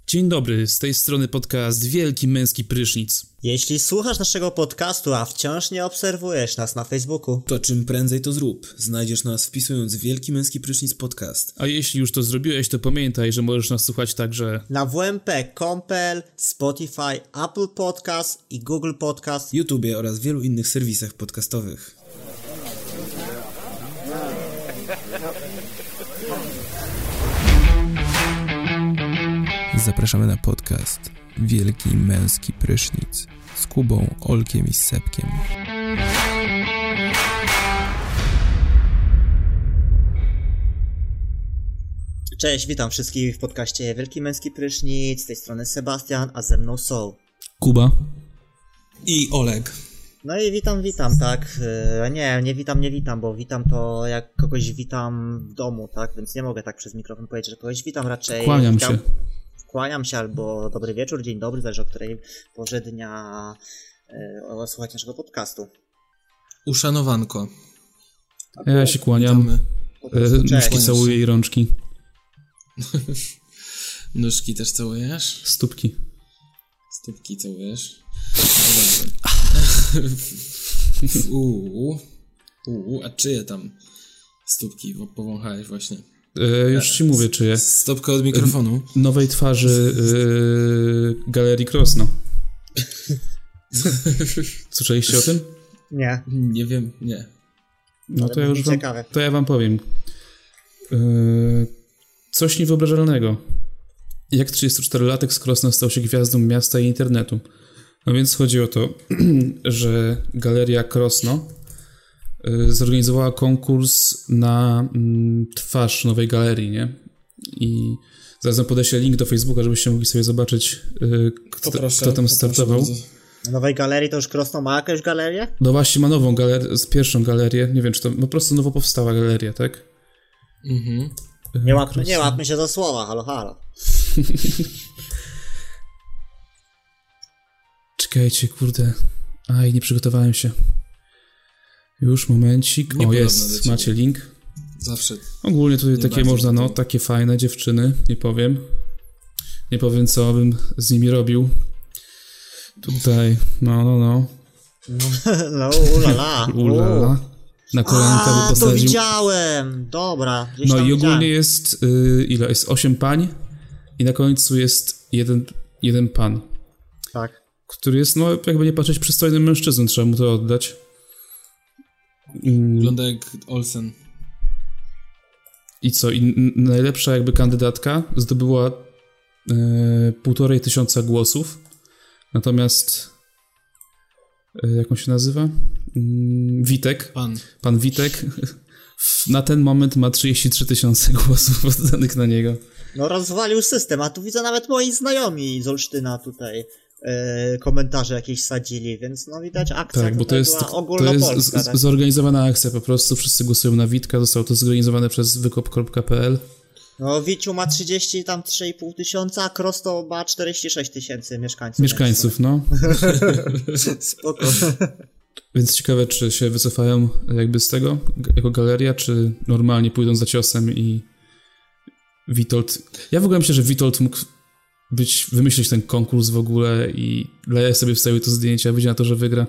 Dzień dobry, z tej strony podcast Wielki Męski Prysznic. Jeśli słuchasz naszego podcastu, a wciąż nie obserwujesz nas na Facebooku, to czym prędzej to zrób. Znajdziesz nas wpisując Wielki Męski Prysznic Podcast. A jeśli już to zrobiłeś, to pamiętaj, że możesz nas słuchać także na wmp.com.pl, Spotify, Apple Podcast i Google Podcast, YouTube oraz wielu innych serwisach podcastowych. Zapraszamy na podcast Wielki Męski Prysznic z Kubą, Olkiem i Sepkiem. Cześć, witam wszystkich w podcaście Wielki Męski Prysznic, z tej strony Sebastian, a ze mną są Kuba i Olek. No i witam, tak. Nie witam, bo witam to jak kogoś witam w domu, tak? Więc nie mogę tak przez mikrofon powiedzieć, że kogoś witam, raczej kłaniam się albo dobry wieczór, dzień dobry, zależy o której porze dnia słuchać naszego podcastu. Uszanowanko. Ja się kłaniam. Nóżki całuję i rączki. Nóżki też całujesz? Stópki całujesz? A czyje tam stópki powąchałeś właśnie? Już ci mówię, czyje. Stopka od mikrofonu. Nowej twarzy Galerii Krosno. Słyszeliście o tym? Nie. Nie wiem, nie. No to ja wam powiem. Coś niewyobrażalnego. Jak 34-latek z Krosna stał się gwiazdą miasta i internetu. No więc chodzi o to, że Galeria Krosno zorganizowała konkurs na twarz nowej galerii, nie? I zaraz podeślę link do Facebooka, żebyście mogli sobie zobaczyć, kto tam startował. Na nowej galerii to już Krosno ma jakąś galerię? No właśnie ma nową galerię, pierwszą galerię, nie wiem czy to po prostu nowo powstała galeria, tak? Mhm. Nie łapmy się za słowa, halo. Czekajcie, kurde. Aj, nie przygotowałem się. Już, momencik. O, jest, macie link. Zawsze. Ogólnie tutaj takie można, takie fajne dziewczyny, nie powiem, co bym z nimi robił. Tutaj, no. No, ulala. Na kolanka by posadził. To widziałem, dobra. No i ogólnie jest, ile? Jest 8 pań i na końcu jest jeden pan. Tak. Który jest, jakby nie patrzeć, przystojnym mężczyzną, trzeba mu to oddać. Wygląda jak Olsen. I co? I najlepsza jakby kandydatka zdobyła 1500 głosów. Natomiast jak on się nazywa? Witek. Pan Witek na ten moment ma 33 000 głosów oddanych na niego. No rozwalił system, a tu widzę nawet moi znajomi z Olsztyna tutaj komentarze jakieś sadzili, więc no widać akcja. Tak, bo to jest tak? zorganizowana akcja, po prostu wszyscy głosują na Witka, zostało to zorganizowane przez wykop.pl. No Wiciu ma 3,5 tysiąca, a Krosno ma 46 000 mieszkańców. Mieszkańców, no. Spoko. Więc ciekawe, czy się wycofają jakby z tego, jako galeria, czy normalnie pójdą za ciosem i Witold... Ja w ogóle myślę, że Witold mógł wymyślić ten konkurs w ogóle i Leja sobie wstawił to zdjęcie, a będzie na to, że wygra.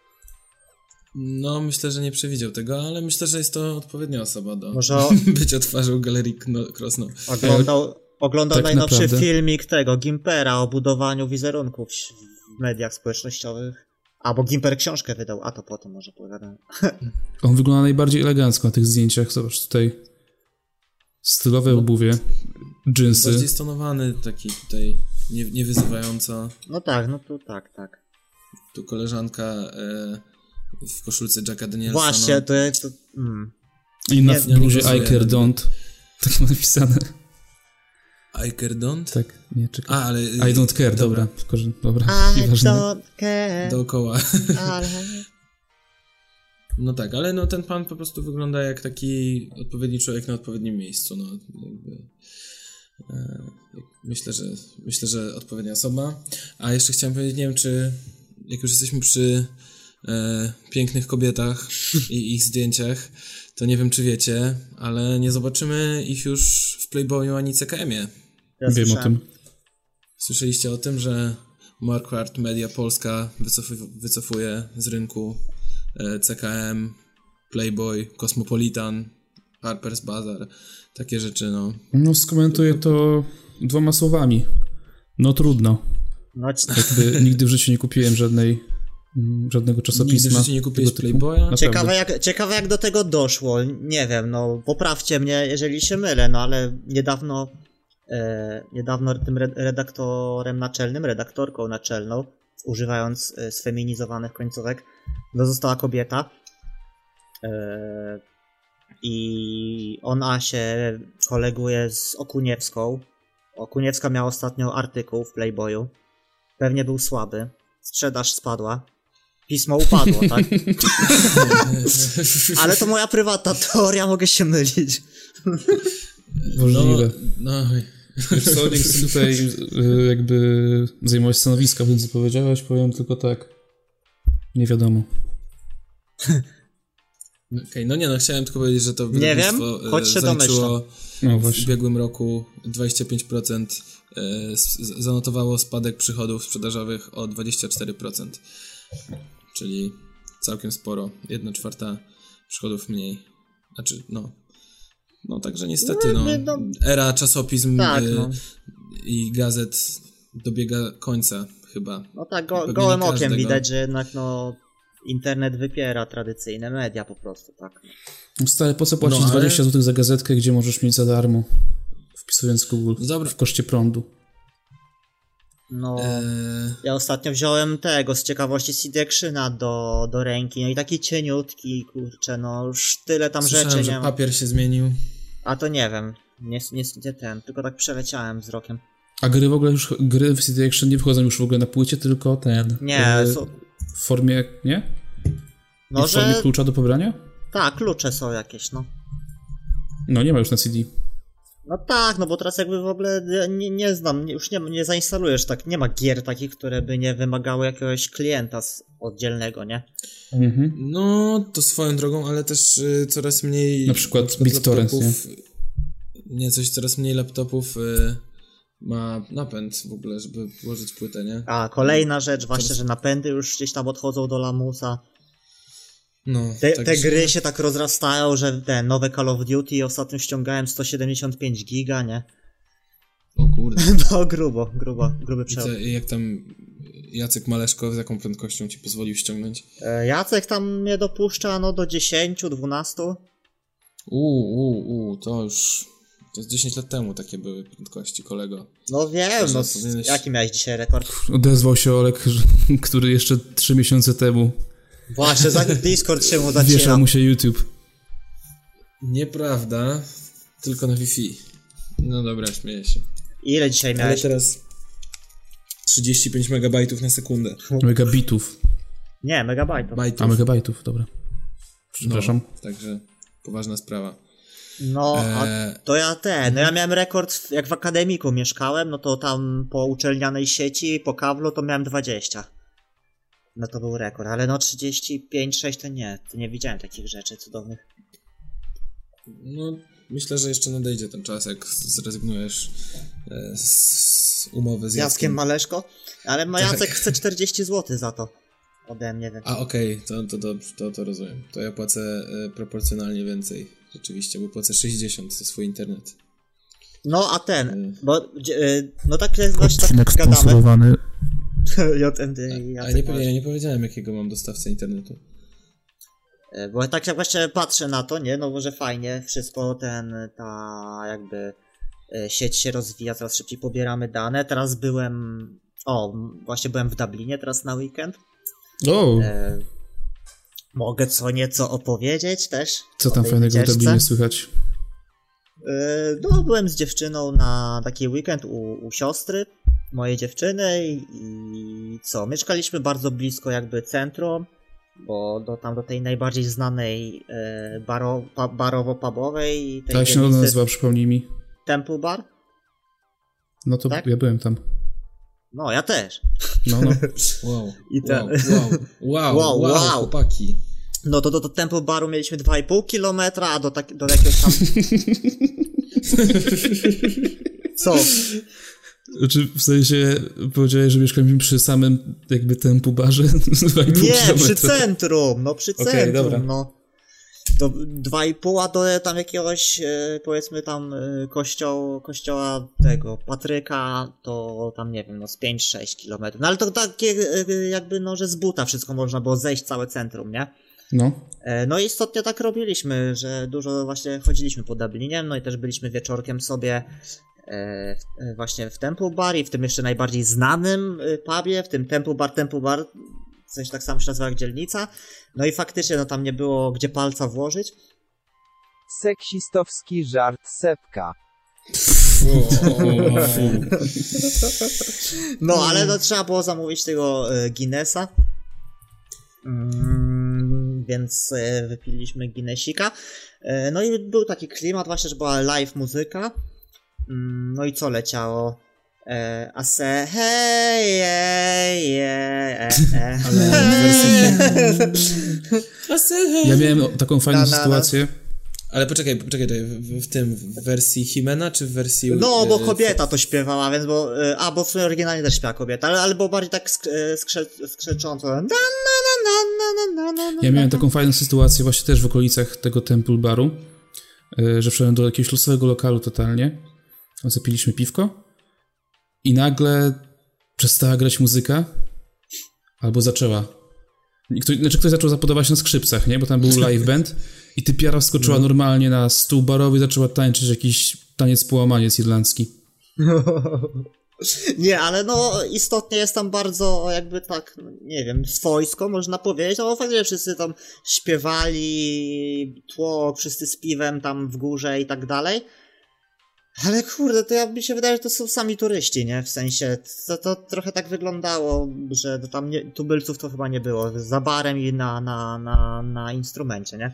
No, myślę, że nie przewidział tego, ale myślę, że jest to odpowiednia osoba do bycia twarzą Galerii Krosno. Oglądał tak najnowszy naprawdę filmik tego Gimpera o budowaniu wizerunków w mediach społecznościowych. Bo Gimper książkę wydał, a to potem może pogadamy. On wygląda najbardziej elegancko na tych zdjęciach. Zobacz tutaj. Stylowe obuwie, dżinsy. Bardziej stonowany, taki tutaj nie wyzywająco. No tak, tak. Tu koleżanka w koszulce Jacka Danielsona. Właśnie, to I na bluzie I care don't. Tak napisane. I care don't? Tak, nie, czekaj. Ale... I don't care, dobra. I don't care. Dookoła. No tak, ale ten pan po prostu wygląda jak taki odpowiedni człowiek na odpowiednim miejscu. No, jakby, myślę, że odpowiednia osoba. A jeszcze chciałem powiedzieć, nie wiem, czy jak już jesteśmy przy pięknych kobietach i ich zdjęciach, to nie wiem, czy wiecie, ale nie zobaczymy ich już w Playboyu ani CKM-ie. Wiem o tym. Słyszeliście o tym, że Marquardt Media Polska wycofuje z rynku CKM, Playboy, Cosmopolitan, Harper's Bazaar, takie rzeczy, no. No skomentuję to 2 słowami. No trudno. No, jakby nigdy w życiu nie kupiłem żadnego czasopisma. Nigdy w życiu nie kupiłeś Playboya? Ciekawe jak do tego doszło. Nie wiem, no poprawcie mnie, jeżeli się mylę, no ale niedawno tym redaktorką naczelną, używając sfeminizowanych końcówek, no została kobieta. I ona się koleguje z Okuniewską. Okuniewska miała ostatnio artykuł w Playboyu. Pewnie był słaby. Sprzedaż spadła. Pismo upadło, tak? Ale to moja prywatna teoria, mogę się mylić. Możliwe. No. Wiesz co, nie chcę tutaj jakby zajmować stanowiska, więc powiedziałeś, powiem tylko tak. Nie wiadomo. Okej, no nie, no chciałem tylko powiedzieć, że to nie wiem, choć się domyślam. W ubiegłym roku 25% zanotowało spadek przychodów sprzedażowych o 24%. Czyli całkiem sporo. 1/4 przychodów mniej. Znaczy, no także niestety, era czasopism i gazet dobiega końca chyba. No tak, gołym okiem widać, że jednak internet wypiera tradycyjne media po prostu, tak. Stary, po co płacić 20 zł za gazetkę, gdzie możesz mieć za darmo, wpisując Google w koszcie prądu? Ja ostatnio wziąłem z ciekawości CD Actiona do ręki, no i taki cieniutki, kurczę, już tyle tam Słyszałem, rzeczy że nie ma. papier się zmienił. A to nie wiem, nie tylko tak przeleciałem wzrokiem. A gry w CD Action nie wchodzą już w ogóle na płycie, tylko w formie, nie? No, w formie klucza do pobrania? Tak, klucze są jakieś, No nie ma już na CD. No tak, bo teraz jakby w ogóle nie znam, już nie zainstalujesz nie ma gier takich, które by nie wymagały jakiegoś klienta oddzielnego, nie? Mhm. No, to swoją drogą, ale też coraz mniej... Na przykład BitTorrent, nie? Coraz mniej laptopów ma napęd w ogóle, żeby włożyć płytę, nie? A, kolejna rzecz właśnie, że napędy już gdzieś tam odchodzą do lamusa. No, te gry się tak rozrastają, że te nowe Call of Duty ostatnio ściągałem 175 giga, nie? O kurde. No gruby przełom. Jak tam Jacek Maleszko, z jaką prędkością ci pozwolił ściągnąć? Jacek tam mnie dopuszcza do 10, 12. To jest 10 lat temu takie były prędkości, kolego. No wiem, jaki miałeś dzisiaj rekord? Odezwał się Olek, który jeszcze 3 miesiące temu właśnie, Discord się mu zacina. Wieszał mu się YouTube. Nieprawda, tylko na Wi-Fi. No dobra, śmieję się. Ile dzisiaj miałeś? Ale teraz 35 megabajtów na sekundę. Megabitów. Nie, megabajtów. A megabajtów, dobra. Przepraszam. Także poważna sprawa. To ja miałem rekord, jak w akademiku mieszkałem, to tam po uczelnianej sieci, po kablu to miałem 20. No to był rekord, ale 35, 6 to nie widziałem takich rzeczy cudownych. No, myślę, że jeszcze nadejdzie ten czas, jak zrezygnujesz z umowy z Jackiem Maleszko, ale Jacek chce 40 zł za to ode mnie. Więc... A okej, to dobrze, to rozumiem. To ja płacę proporcjonalnie więcej, rzeczywiście, bo płacę 60 za swój internet. No a bo tak jest właśnie tak gadamy. JMD. Ja nie powiedziałem, jakiego mam dostawcę internetu. Bo tak jak właśnie patrzę na to, nie? No że fajnie, wszystko jakby sieć się rozwija, coraz szybciej pobieramy dane. Teraz byłem w Dublinie teraz na weekend. Mogę nieco opowiedzieć też. Co tam fajnego w Dublinie słychać? Byłem z dziewczyną na taki weekend u siostry mojej dziewczyny i mieszkaliśmy bardzo blisko jakby centrum, bo do tej najbardziej znanej barowo-pubowej. Jak się ona nazywa, przypomnij mi? Temple Bar? No to tak? Ja byłem tam. No, ja też. No. Wow, chłopaki. No to do Temple Baru mieliśmy 2,5 kilometra, a do jakiegoś tam... Co? Znaczy, w sensie powiedziałeś, że mieszkaliśmy przy samym jakby Tempu barze? Nie, przy centrum, no przy centrum, dobra. no. Do 2,5 do tam jakiegoś, powiedzmy tam kościoła tego Patryka, to tam nie wiem, no z 5-6 kilometrów. No ale to takie jakby, no że z buta wszystko można było zejść całe centrum, nie? No. No i istotnie tak robiliśmy, że dużo właśnie chodziliśmy po Dublinie, no i też byliśmy wieczorkiem sobie właśnie w Temple Bar i w tym jeszcze najbardziej znanym pubie, w tym Temple Bar, w sensie tak samo się nazywa jak dzielnica. No i faktycznie, no tam nie było gdzie palca włożyć. Seksistowski żart Sepka. No, ale no trzeba było zamówić tego Guinnessa. Więc wypiliśmy Guinnessika. No i był taki klimat właśnie, że była live muzyka. No i co leciało? I say hey, Ja miałem taką fajną sytuację. Ale poczekaj, w wersji Himena, czy w wersji... No, bo kobieta to śpiewała, więc bo w sumie oryginalnie też śpiewa kobieta, ale było bardziej tak skrzecząco. Ja miałem taką fajną sytuację właśnie też w okolicach tego Temple Baru, że wszedłem do jakiegoś losowego lokalu totalnie, zapiliśmy piwko i nagle przestała grać muzyka, albo zaczęła. Ktoś zaczął zapodawać na skrzypcach, nie? Bo tam był live band i typiara wskoczyła normalnie na stół barowy i zaczęła tańczyć jakiś taniec połamaniec irlandzki. Nie, ale no istotnie jest tam bardzo jakby tak, nie wiem, swojsko można powiedzieć, no faktycznie wszyscy tam śpiewali, tło, wszyscy z piwem tam w górze i tak dalej. Ale kurde, to mi się wydaje, że to są sami turyści, nie? W sensie, to trochę tak wyglądało, że tam tubylców to chyba nie było, za barem i na instrumencie, nie?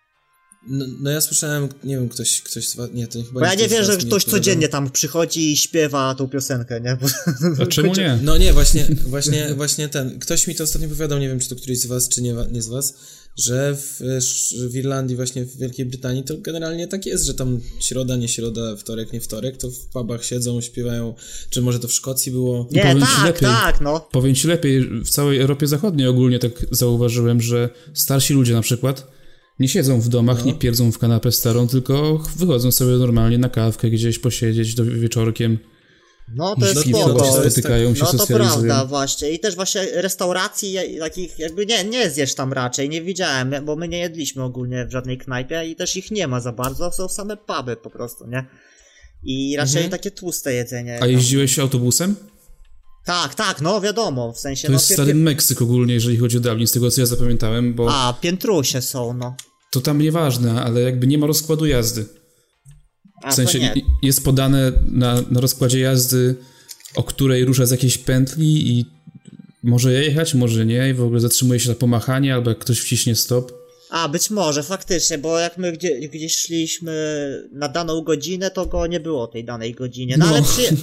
No ja słyszałem, nie wiem, ktoś z was, nie, to chyba... Bo ja nie wiem, że ktoś codziennie tam przychodzi i śpiewa tą piosenkę, nie? A czemu nie? No nie, właśnie ktoś mi to ostatnio powiedział, nie wiem, czy to któryś z was, czy nie z was, że w Irlandii, właśnie w Wielkiej Brytanii, to generalnie tak jest, że tam środa, nie środa, wtorek, nie wtorek, to w pubach siedzą, śpiewają, czy może to w Szkocji było? Nie, tak, no. Powiem ci lepiej, w całej Europie Zachodniej ogólnie tak zauważyłem, że starsi ludzie na przykład nie siedzą w domach, nie pierdzą w kanapę starą, tylko wychodzą sobie normalnie na kawkę gdzieś posiedzieć wieczorkiem. No to jest spoko. Spotykają się, no to socjalizują. prawda właśnie. I też właśnie restauracji takich jakby nie zjesz tam raczej, nie widziałem, bo my nie jedliśmy ogólnie w żadnej knajpie i też ich nie ma za bardzo, są same puby po prostu, nie? I raczej takie tłuste jedzenie. A jeździłeś autobusem? Tak, no wiadomo, w sensie... To jest stary Meksyk ogólnie, jeżeli chodzi o Dublin, z tego co ja zapamiętałem, bo... A, piętrusie są, no. To tam nieważne, ale jakby nie ma rozkładu jazdy. W sensie jest podane na rozkładzie jazdy, o której rusza z jakiejś pętli i może jechać, może nie, i w ogóle zatrzymuje się na pomachanie, albo jak ktoś wciśnie stop. A, być może, faktycznie, bo jak my gdzieś szliśmy na daną godzinę, to go nie było tej danej godzinie. No.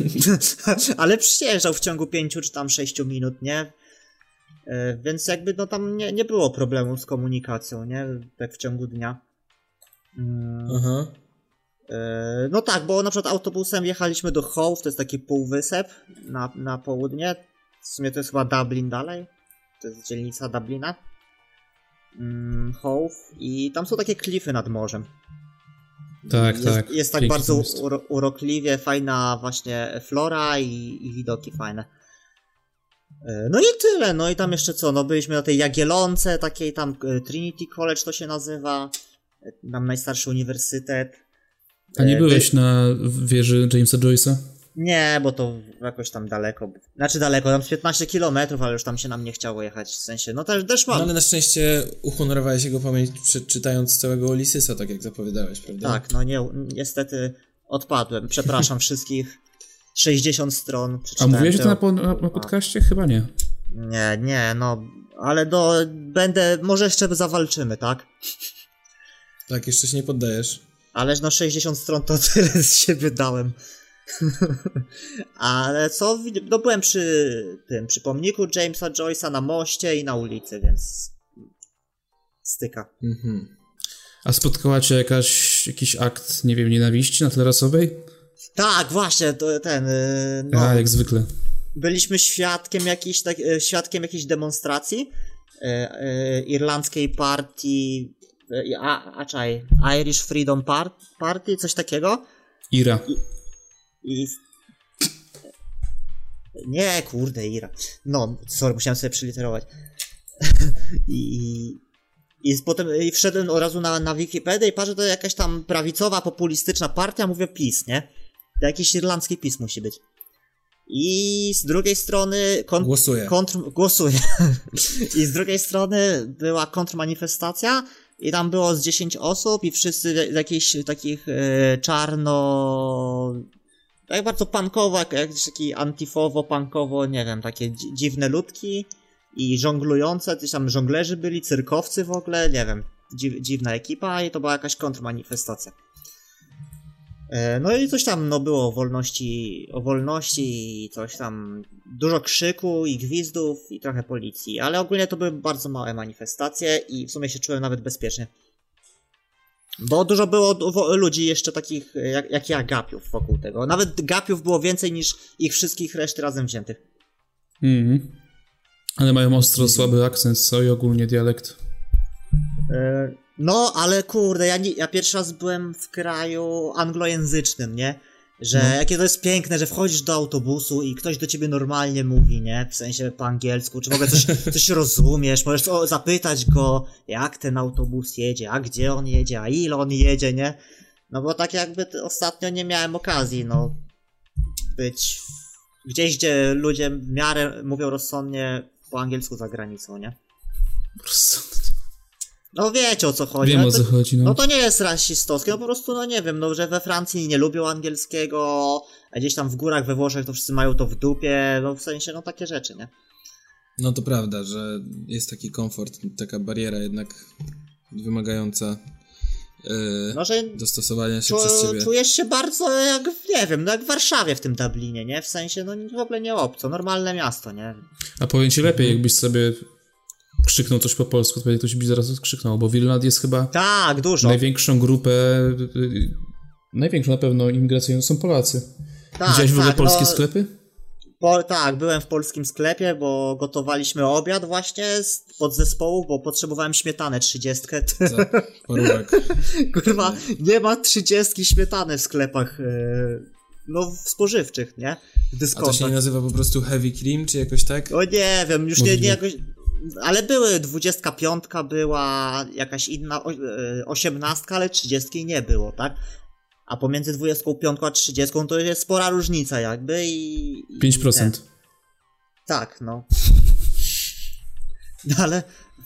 Ale przyjeżdżał w ciągu 5 czy tam 6 minut, nie? Więc jakby no tam nie było problemu z komunikacją, nie? Tak w ciągu dnia. Aha. No tak, bo na przykład autobusem jechaliśmy do Hove, to jest taki półwysep na południe. W sumie to jest chyba Dublin dalej. To jest dzielnica Dublina. Hove i tam są takie klify nad morzem. Tak. Jest tak bardzo urokliwie, fajna właśnie flora i widoki fajne. No i tyle, no i tam jeszcze co, no byliśmy na tej Jagiellonce, takiej tam Trinity College to się nazywa, tam najstarszy uniwersytet. A nie byłeś na wieży Jamesa Joyce'a? Nie, bo to jakoś tam daleko. Znaczy daleko, tam z 15 km, ale już tam się nam nie chciało jechać, w sensie, no też mam. No ale na szczęście uhonorowałeś jego pamięć czytając całego Ulysesa, tak jak zapowiadałeś, prawda? Tak, no niestety odpadłem, przepraszam wszystkich. 60 stron przeczytałem. A mówiłeś to na podcaście? Chyba nie. Nie, no, ale może jeszcze zawalczymy, tak? Tak, jeszcze się nie poddajesz. Ale no 60 stron to tyle z siebie dałem. Ale co? No byłem przy pomniku Jamesa Joyce'a na moście i na ulicy, więc styka. A spotkała cię jakiś akt, nie wiem, nienawiści na tle rasowej? Tak, właśnie, no, jak zwykle. Byliśmy świadkiem jakiejś demonstracji irlandzkiej partii, Irish Freedom Party, coś takiego. IRA. Nie, kurde, IRA. No, sorry, musiałem sobie przyliterować. Potem wszedłem od razu na Wikipedię i patrzę, to jakaś tam prawicowa, populistyczna partia, mówię PiS, nie? To jakiś irlandzki PiS musi być. I z drugiej strony... Głosuję. I z drugiej strony była kontrmanifestacja i tam było z 10 osób i wszyscy jakichś takich czarno... Tak bardzo punkowo, jakieś takie antifowo-punkowo, nie wiem, takie dziwne ludki i żonglujące, coś tam żonglerzy byli, cyrkowcy w ogóle, nie wiem, dziwna ekipa i to była jakaś kontrmanifestacja. No i coś tam, no było o wolności i coś tam, dużo krzyku i gwizdów i trochę policji, ale ogólnie to były bardzo małe manifestacje i w sumie się czułem nawet bezpiecznie. Bo dużo było ludzi jeszcze takich jak ja, gapiów wokół tego. Nawet gapiów było więcej niż ich wszystkich reszty razem wziętych. Ale mają ostro słaby akcent, co i ogólnie dialekt. No, ale kurde, ja pierwszy raz byłem w kraju anglojęzycznym, nie? Że jakie to jest piękne, że wchodzisz do autobusu i ktoś do ciebie normalnie mówi, nie? W sensie po angielsku, czy w ogóle coś rozumiesz, możesz zapytać go, jak ten autobus jedzie, a gdzie on jedzie, a ile on jedzie, nie? No bo tak jakby ostatnio nie miałem okazji, no, być gdzieś, gdzie ludzie w miarę mówią rozsądnie po angielsku za granicą, nie? Rozsądnie. No wiecie o co chodzi. Wiem o co chodzi, no. No to nie jest rasistowskie, no po prostu, no nie wiem, no że we Francji nie lubią angielskiego, a gdzieś tam w górach, we Włoszech to wszyscy mają to w dupie, no w sensie, no takie rzeczy, nie? No to prawda, że jest taki komfort, taka bariera jednak wymagająca no, że dostosowania się przez ciebie. Czujesz się bardzo jak, nie wiem, no jak w Warszawie w tym Dublinie, nie? W sensie, no w ogóle nie obco, normalne miasto, nie? A powiem ci lepiej, jakbyś sobie krzyknął coś po polsku, to ktoś by zaraz odkrzyknął, bo w Irlandii jest chyba tak, dużo. Największą grupę, największą na pewno imigracyjną są Polacy. Tak, widziałeś w ogóle polskie sklepy? Tak, byłem w polskim sklepie, bo gotowaliśmy obiad właśnie z podzespołu, bo potrzebowałem śmietanę 30. Parówek. Kurwa, nie ma 30 śmietany w sklepach, no spożywczych, nie? A to się nie nazywa po prostu heavy cream, czy jakoś tak? O nie wiem, już nie jakoś... Ale były, 25 była, jakaś inna 18, ale 30 nie było, tak? A pomiędzy 25 a 30 to jest spora różnica jakby i 5%. Nie. Tak, no. Ale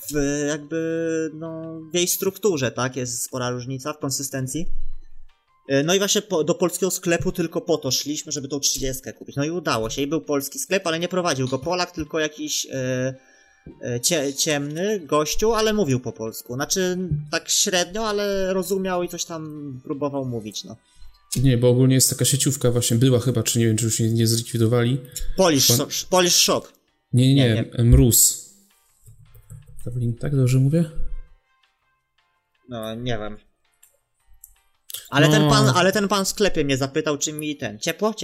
w jej strukturze, tak, jest spora różnica w konsystencji. No i właśnie do polskiego sklepu tylko po to szliśmy, żeby tą 30 kupić. No i udało się. I był polski sklep, ale nie prowadził go Polak, tylko jakiś ciemny gościu, ale mówił po polsku. Znaczy tak średnio, ale rozumiał i coś tam próbował mówić, no. Nie, bo ogólnie jest taka sieciówka właśnie, była chyba, czy nie wiem, czy już nie zlikwidowali. Polish Shop. Nie. Mróz. Tak dobrze mówię? No, nie wiem. Ale, ten pan w sklepie mnie zapytał, czy mi ciepło?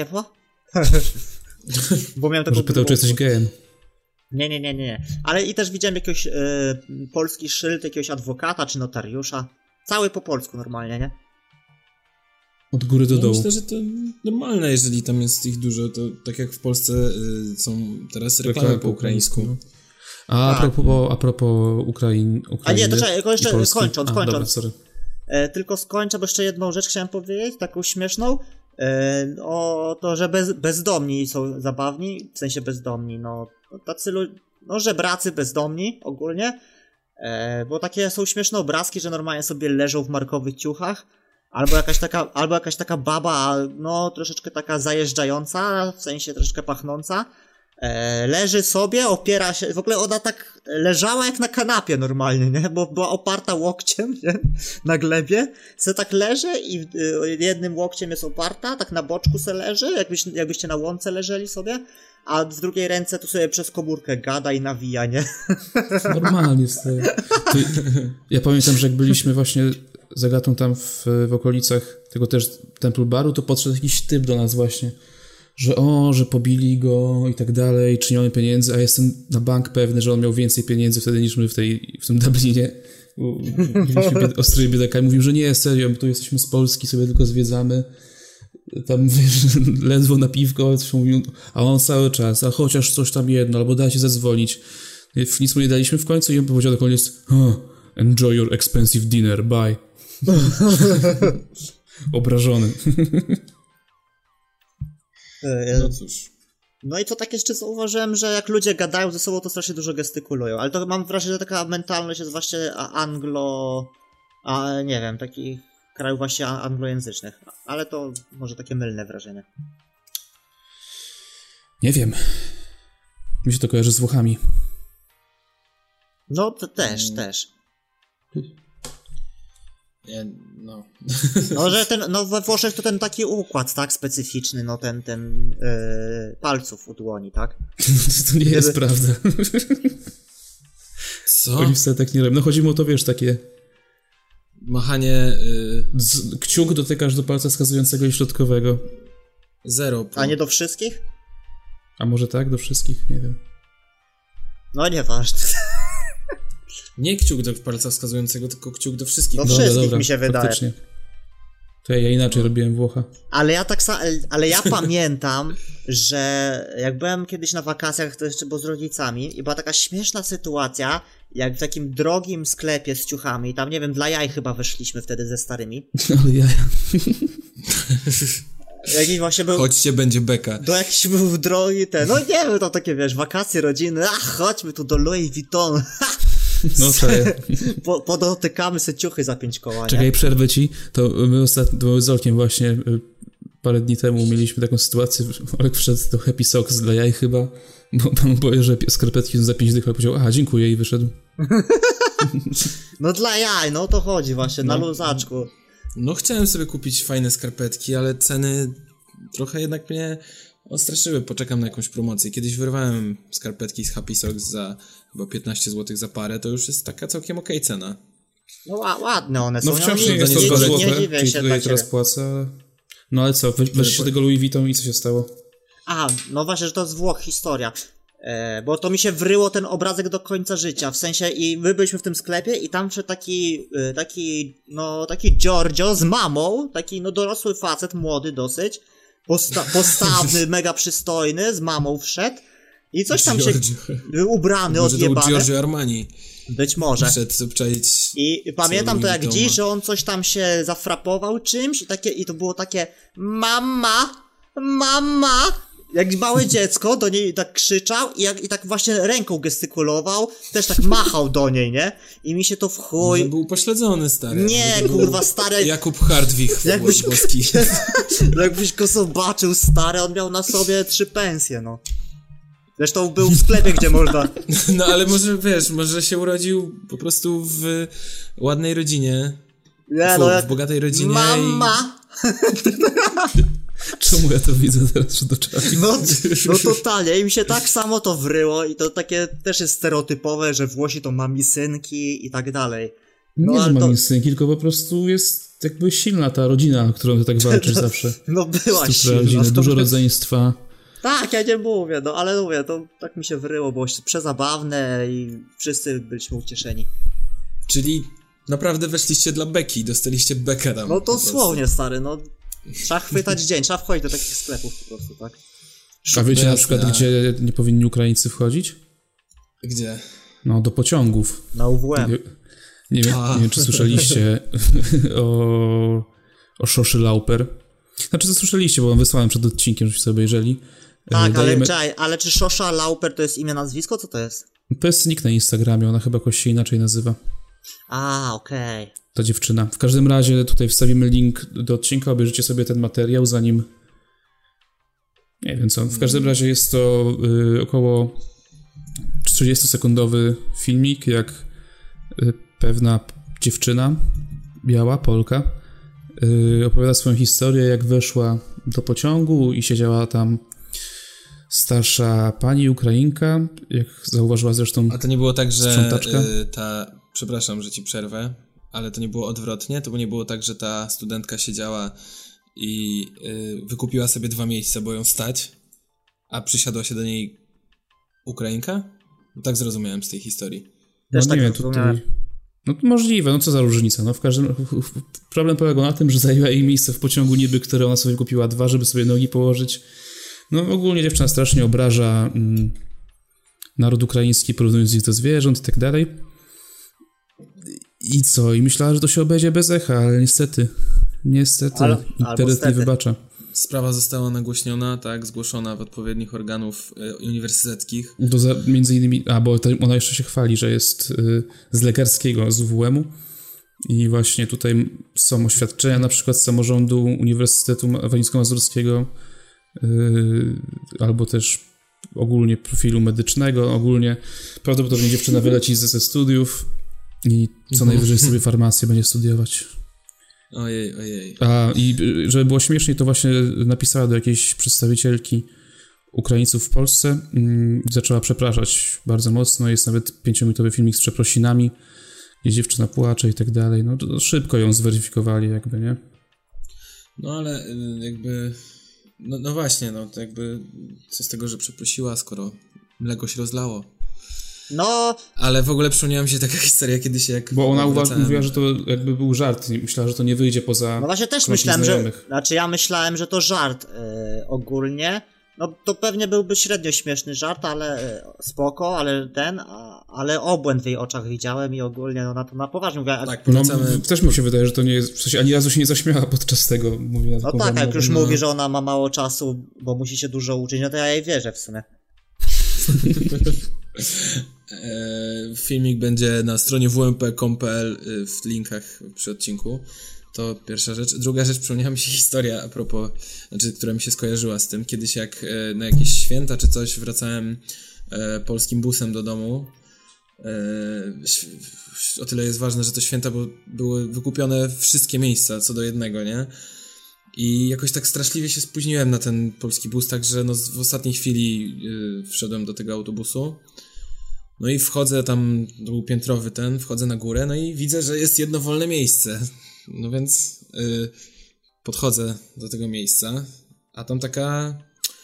Bo miałem Może pytał, czy jesteś gejem. Nie. Ale i też widziałem jakiegoś polski szyld, jakiegoś adwokata czy notariusza. Cały po polsku normalnie, nie? Od góry do dołu. Myślę, że to normalne, jeżeli tam jest ich dużo, to tak jak w Polsce są teraz reklamy po ukraińsku. No. A propos Ukrainy. A nie, to czekaj, jeszcze skończąc. Dobra, sorry. Tylko skończę, bo jeszcze jedną rzecz chciałem powiedzieć, taką śmieszną. O to, że bezdomni są zabawni, w sensie bezdomni, no tacy żebracy bezdomni ogólnie, bo takie są śmieszne obrazki, że normalnie sobie leżą w markowych ciuchach, albo jakaś taka baba, no troszeczkę taka zajeżdżająca, w sensie troszeczkę pachnąca, leży sobie, opiera się, w ogóle ona tak leżała jak na kanapie normalnie, nie? Bo była oparta łokciem, nie? Na glebie, se tak leży i jednym łokciem jest oparta, tak na boczku se leży, jakbyście na łące leżeli sobie, a w drugiej ręce to sobie przez komórkę gada i nawija, nie? Normalnie stoi. Ja pamiętam, że jak byliśmy właśnie z Agatą tam w okolicach tego też Temple Baru, to podszedł jakiś typ do nas właśnie, że pobili go i tak dalej, czy nie mamy pieniędzy, a jestem na bank pewny, że on miał więcej pieniędzy wtedy niż my w tym Dublinie. Byliśmy ostrymi biedakami, mówił, że nie, serio, my tu jesteśmy z Polski, sobie tylko zwiedzamy. Tam, wiesz, ledwo na piwko, a on cały czas, a chociaż coś tam jedno, albo dajcie zadzwonić. Nic mu nie daliśmy w końcu i on powiedział na koniec, enjoy your expensive dinner, bye. Obrażony. No cóż. No i to tak jeszcze zauważyłem, że jak ludzie gadają ze sobą, to strasznie dużo gestykulują, ale to mam wrażenie, że taka mentalność jest właśnie nie wiem, takich krajów właśnie anglojęzycznych, ale to może takie mylne wrażenie. Nie wiem. Mi się to kojarzy z Włochami. No, to też. No, że we Włoszech to ten taki układ, tak, specyficzny, no ten palców u dłoni, tak? To nie jest prawda. Co? Oni wcale tak nie robią. No chodzi mi o to, wiesz, takie... Machanie... Kciuk dotykasz do palca wskazującego i środkowego. 0. A nie do wszystkich? A może tak, do wszystkich? Nie wiem. No nieważne. Nie kciuk do palca wskazującego, tylko kciuk do wszystkich. Do wszystkich mi się wydaje. Faktycznie. To ja inaczej robiłem Włocha. Ale ja pamiętam, że jak byłem kiedyś na wakacjach, to jeszcze było z rodzicami i była taka śmieszna sytuacja, jak w takim drogim sklepie z ciuchami, tam nie wiem, dla jaj chyba weszliśmy wtedy ze starymi. Ale jaja. Jakiś właśnie był... Chodźcie, będzie beka. Do jakiś był drogi no nie wiem, to takie, wiesz, wakacje rodziny, chodźmy tu do Louis Vuitton, No czaję. Podotykamy se ciuchy za 5 koła, nie? Czekaj, przerwę ci. To my ostatnio z Olkiem właśnie parę dni temu mieliśmy taką sytuację, Olek wszedł do Happy Socks dla jaj chyba, bo pan powie, że skarpetki są za 5 dych, ale powiedział, dziękuję i wyszedł. No dla jaj, no to chodzi właśnie, na luzaczku. No chciałem sobie kupić fajne skarpetki, ale ceny trochę jednak mnie ostraszyły. Poczekam na jakąś promocję. Kiedyś wyrwałem skarpetki z Happy Socks za chyba 15 zł za parę, to już jest taka całkiem okej cena. No ładne one są. No wciąż nie jest to 2 zł, czyli tutaj teraz płacę. No ale co, weszliście tego Louis Vuitton i co się stało? No właśnie, że to z Włoch historia. Bo to mi się wryło ten obrazek do końca życia, w sensie i my byliśmy w tym sklepie i tam wszedł taki Giorgio z mamą, taki dorosły facet, młody dosyć, postawny, mega przystojny, z mamą wszedł i coś tam się ubrany, odjebany. Może to Giorgio Armani. Być może. Wszedł obczaić. I pamiętam to jak dziś, że on coś tam się zafrapował czymś i to było takie mama, jak małe dziecko do niej tak krzyczał i tak właśnie ręką gestykulował, też tak machał do niej, nie? I mi się to w chuj... Może był pośledzony, stary. Nie, kurwa, stary... Jakub Hartwig, włoski. Jakbyś go zobaczył, stary, on miał na sobie 3 pensje, no. Zresztą był w sklepie, gdzie można... No ale może, wiesz, może się urodził po prostu w ładnej rodzinie. W bogatej rodzinie. Mama! Czemu ja to widzę teraz przed oczami? No totalnie, im się tak samo to wryło i to takie też jest stereotypowe, że Włosi to mamisynki i tak dalej. No, nie, że mamisynki, tylko po prostu jest jakby silna ta rodzina, o którą ty tak walczysz zawsze. No była silna. Rodziny, dużo rodzeństwa. Tak, ja nie mówię, ale mówię, to tak mi się wryło, było przezabawne i wszyscy byliśmy ucieszeni. Czyli naprawdę weszliście dla beki, dostaliście bekę tam. No to dosłownie, stary, trzeba chwytać dzień, trzeba wchodzić do takich sklepów po prostu, tak? A wiecie na przykład, gdzie nie powinni Ukraińcy wchodzić? Gdzie? No, do pociągów. Na UWM. Nie wiem, czy słyszeliście o Szoszy Lauper. Znaczy, co słyszeliście, bo wysłałem przed odcinkiem, żebyście sobie obejrzeli. Tak, ale czy Szosza Lauper to jest imię, nazwisko? Co to jest? To jest nick na Instagramie, ona chyba jakoś się inaczej nazywa. Okej. Ta dziewczyna. W każdym razie tutaj wstawimy link do odcinka, obejrzycie sobie ten materiał, zanim... Nie wiem co. W każdym razie jest to około 40-sekundowy filmik, jak pewna dziewczyna, biała, Polka, opowiada swoją historię, jak weszła do pociągu i siedziała tam starsza pani Ukrainka, jak zauważyła zresztą A to nie było tak, że sprzątaczka? przepraszam, że ci przerwę. ale to nie było odwrotnie, to nie było tak, że ta studentka siedziała i wykupiła sobie 2 miejsca, bo ją stać, a przysiadła się do niej Ukrainka? No tak zrozumiałem z tej historii. No nie wiem, tutaj... No to możliwe, no co za różnica. No w każdym... Problem polegał na tym, że zajęła jej miejsce w pociągu niby, które ona sobie kupiła 2, żeby sobie nogi położyć. No ogólnie dziewczyna strasznie obraża naród ukraiński, porównując ich do zwierząt i tak dalej. I co? I myślała, że to się obejdzie bez echa, ale niestety internet nie wybacza. Sprawa została nagłośniona, tak, zgłoszona w odpowiednich organów uniwersyteckich. Między innymi, bo ona jeszcze się chwali, że jest z lekarskiego, z WWM-u i właśnie tutaj są oświadczenia na przykład z samorządu Uniwersytetu Warmińsko-Mazurskiego albo też ogólnie profilu medycznego, ogólnie prawdopodobnie dziewczyna wyleci ze studiów i co najwyżej sobie farmację będzie studiować. Ojej. I żeby było śmieszniej, to właśnie napisała do jakiejś przedstawicielki Ukraińców w Polsce i zaczęła przepraszać bardzo mocno. Jest nawet 5-minutowy filmik z przeprosinami, gdzie dziewczyna płacze i tak dalej. No to szybko ją zweryfikowali jakby, nie? No ale jakby... No właśnie, no to jakby co z tego, że przeprosiła, skoro mleko się rozlało. No... Ale w ogóle przypomniała mi się taka historia kiedyś, jak... Bo ona mówiła, że to jakby był żart. Myślała, że to nie wyjdzie poza... No właśnie też myślałem, ja myślałem, że to żart ogólnie. No to pewnie byłby średnio śmieszny żart, ale spoko, ale obłęd w jej oczach widziałem i ogólnie ona to na poważnie mówiła. Tak, polecamy... No, też mi się wydaje, że to nie jest... W sensie ani razu się nie zaśmiała podczas tego. No tak, jak już mówi, że ona ma mało czasu, bo musi się dużo uczyć, no to ja jej wierzę w sumie. Filmik będzie na stronie wmp.com.pl w linkach przy odcinku. To pierwsza rzecz. Druga rzecz, przypomniała mi się historia a propos, która mi się skojarzyła z tym. Kiedyś jak na jakieś święta czy coś wracałem polskim busem do domu. O tyle jest ważne, że to święta, bo były wykupione wszystkie miejsca co do jednego, nie? I jakoś tak straszliwie się spóźniłem na ten polski bus, także no w ostatniej chwili wszedłem do tego autobusu. No i wchodzę tam, to był piętrowy wchodzę na górę, no i widzę, że jest jedno wolne miejsce. No więc podchodzę do tego miejsca, a tam taka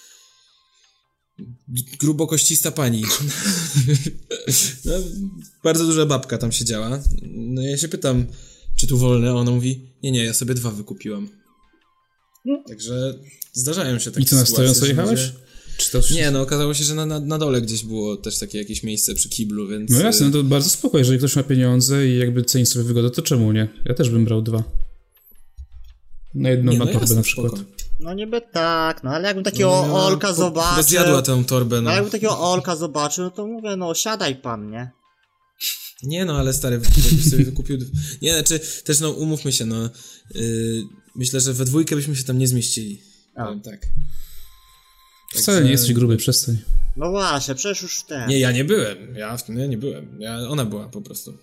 grubokoścista pani. No, bardzo duża babka tam siedziała. No ja się pytam, czy tu wolne, a ona mówi, nie, ja sobie 2 wykupiłam. Także zdarzają się takie sytuacje. I co, na stojąco jechałeś? Nie, no okazało się, że na dole gdzieś było też takie jakieś miejsce przy kiblu, więc... No jasne, no to bardzo spoko, jeżeli ktoś ma pieniądze i jakby ceni sobie wygodę, to czemu nie? Ja też bym brał 2. Na jedną na torbę na przykład. Spoko. No niby tak, no ale jakbym takiego Olka zobaczył... Zjadła tę torbę, no. Ale jakbym takiego Olka zobaczył, no to mówię, no siadaj pan, nie? Nie no, ale stary, sobie wykupił... Nie, znaczy, też no umówmy się, no... myślę, że we 2 byśmy się tam nie zmieścili. Powiem tak. Wcale nie jesteś gruby, przestań. No właśnie, przecież już Nie, ja nie byłem. Ja nie byłem. Ona była po prostu.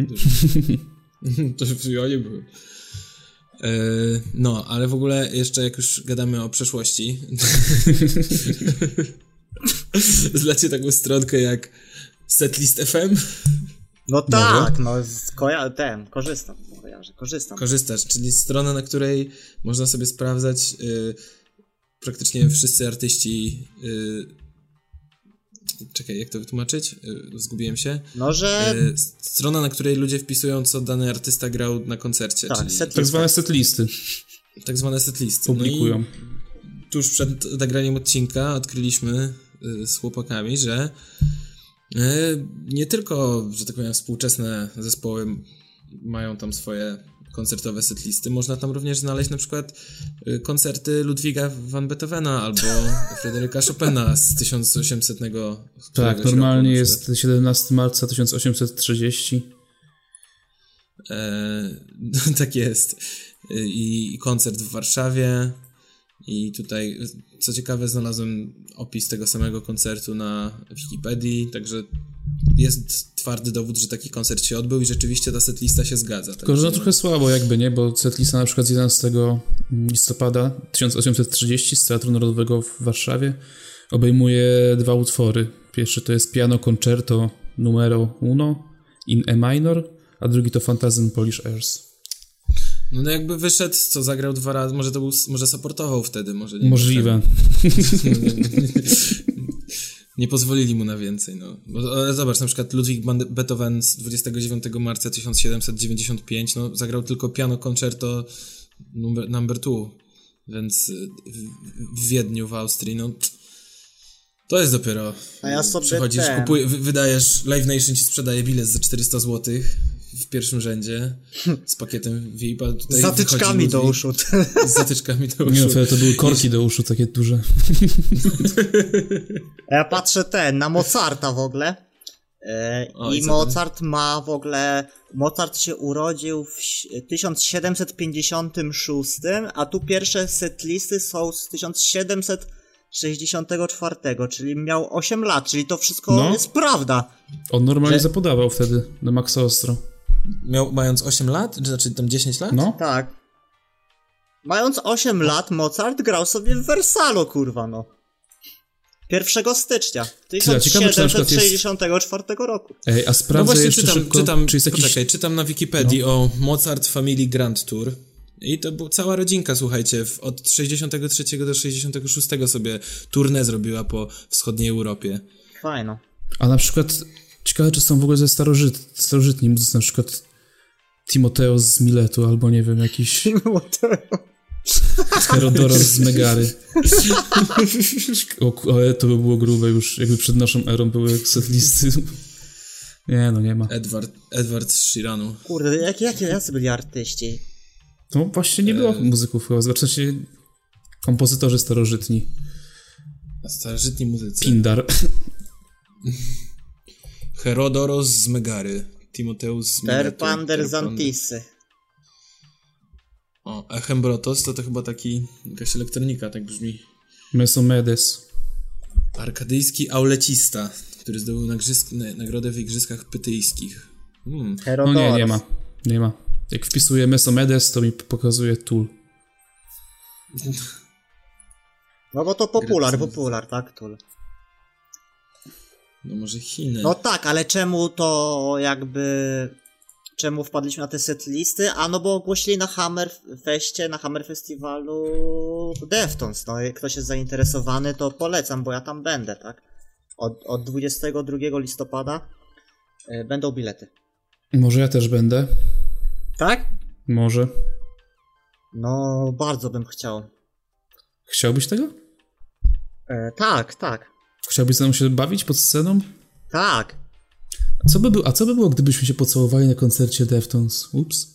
To ja nie byłem. No, ale w ogóle jeszcze jak już gadamy o przeszłości, znacie taką stronkę jak Setlist FM? No tak, no korzystam. Korzystasz, czyli strona, na której można sobie sprawdzać praktycznie wszyscy artyści... Czekaj, jak to wytłumaczyć? Zgubiłem się. No, że... Strona, na której ludzie wpisują, co dany artysta grał na koncercie. Tak, czyli tak zwane setlisty. Tak zwane setlisty. Publikują. No i tuż przed nagraniem odcinka odkryliśmy z chłopakami, że nie tylko, że tak powiem, współczesne zespoły mają tam swoje koncertowe setlisty, można tam również znaleźć na przykład koncerty Ludwiga van Beethovena albo Fryderyka Chopina z 1800. Tak, normalnie roku, jest 17 marca 1830. Tak jest. I koncert w Warszawie. I tutaj, co ciekawe, znalazłem opis tego samego koncertu na Wikipedii, także jest twardy dowód, że taki koncert się odbył i rzeczywiście ta setlista się zgadza. Tylko, że trochę słabo jakby, nie? Bo setlista na przykład z 11 listopada 1830 z Teatru Narodowego w Warszawie obejmuje 2 utwory. Pierwszy to jest Piano Concerto numero 1 in E minor, a drugi to Phantasm Polish Airs. No jakby wyszedł, co zagrał 2 razy, może supportował wtedy, może nie. Możliwe. Nie pozwolili mu na więcej, no. Ale zobacz, na przykład Ludwig Beethoven z 29 marca 1795, no zagrał tylko piano concerto number 2, więc w Wiedniu, w Austrii, no to jest dopiero. A ja sobie przychodzisz, wydajesz, Live Nation ci sprzedaje bilet za 400 zł w pierwszym rzędzie z pakietem VIP, a tutaj z zatyczkami do uszu. Z zatyczkami do uszu. Nie, to były korki do uszu, takie duże. Ja patrzę na Mozarta w ogóle. Mozart się urodził w 1756, a tu pierwsze setlisty są z 1764, czyli miał 8 lat, czyli to wszystko jest prawda. On normalnie zapodawał wtedy do Maxa Ostro. Mając 8 lat? Znaczy tam 10 lat? No. Tak. Mając 8 lat Mozart grał sobie w Wersalu, kurwa, no. 1 stycznia 1764 roku. Ej, a sprawdzę jeszcze szybko, czy jest jakiś... czytam na Wikipedii o Mozart Family Grand Tour. I to była cała rodzinka, słuchajcie, od 63 do 66 sobie tournée zrobiła po wschodniej Europie. Fajno. A na przykład, ciekawe, czy są w ogóle ze starożytni muzycy, na przykład Timoteos z Miletu, albo nie wiem, jakiś... Herodoros z Megary. Ale to by było grube już, jakby przed naszą erą były setlisty. Nie ma. Edward z Shiranu. Kurde, jacy byli artyści? No właśnie nie było muzyków chyba, zwłaszcza się kompozytorzy starożytni. Starożytni muzycy. Pindar. Herodoros z Megary. Timoteus z Miletu. Terpander z Antisy. O, Echembrotos to chyba jakaś elektronika, tak brzmi. Mesomedes. Arkadyjski aulecista, który zdobył nagrodę w igrzyskach pytyjskich. Herodoros. No nie ma. Jak wpisuję Mesomedes, to mi pokazuje Tool. No bo to popular, tak? Tool. No może Chiny. No tak, ale czemu wpadliśmy na te setlisty? No bo ogłosili na Hammerfestie, na Hammer Festiwalu Deftones. No jak ktoś jest zainteresowany, to polecam, bo ja tam będę, tak? Od 22 listopada będą bilety. Może ja też będę. Tak? Może. No, bardzo bym chciał. Chciałbyś tego? Tak. Chciałbyś ze mną się bawić pod sceną? Tak. A co by było, gdybyśmy się pocałowali na koncercie Deftones? Ups.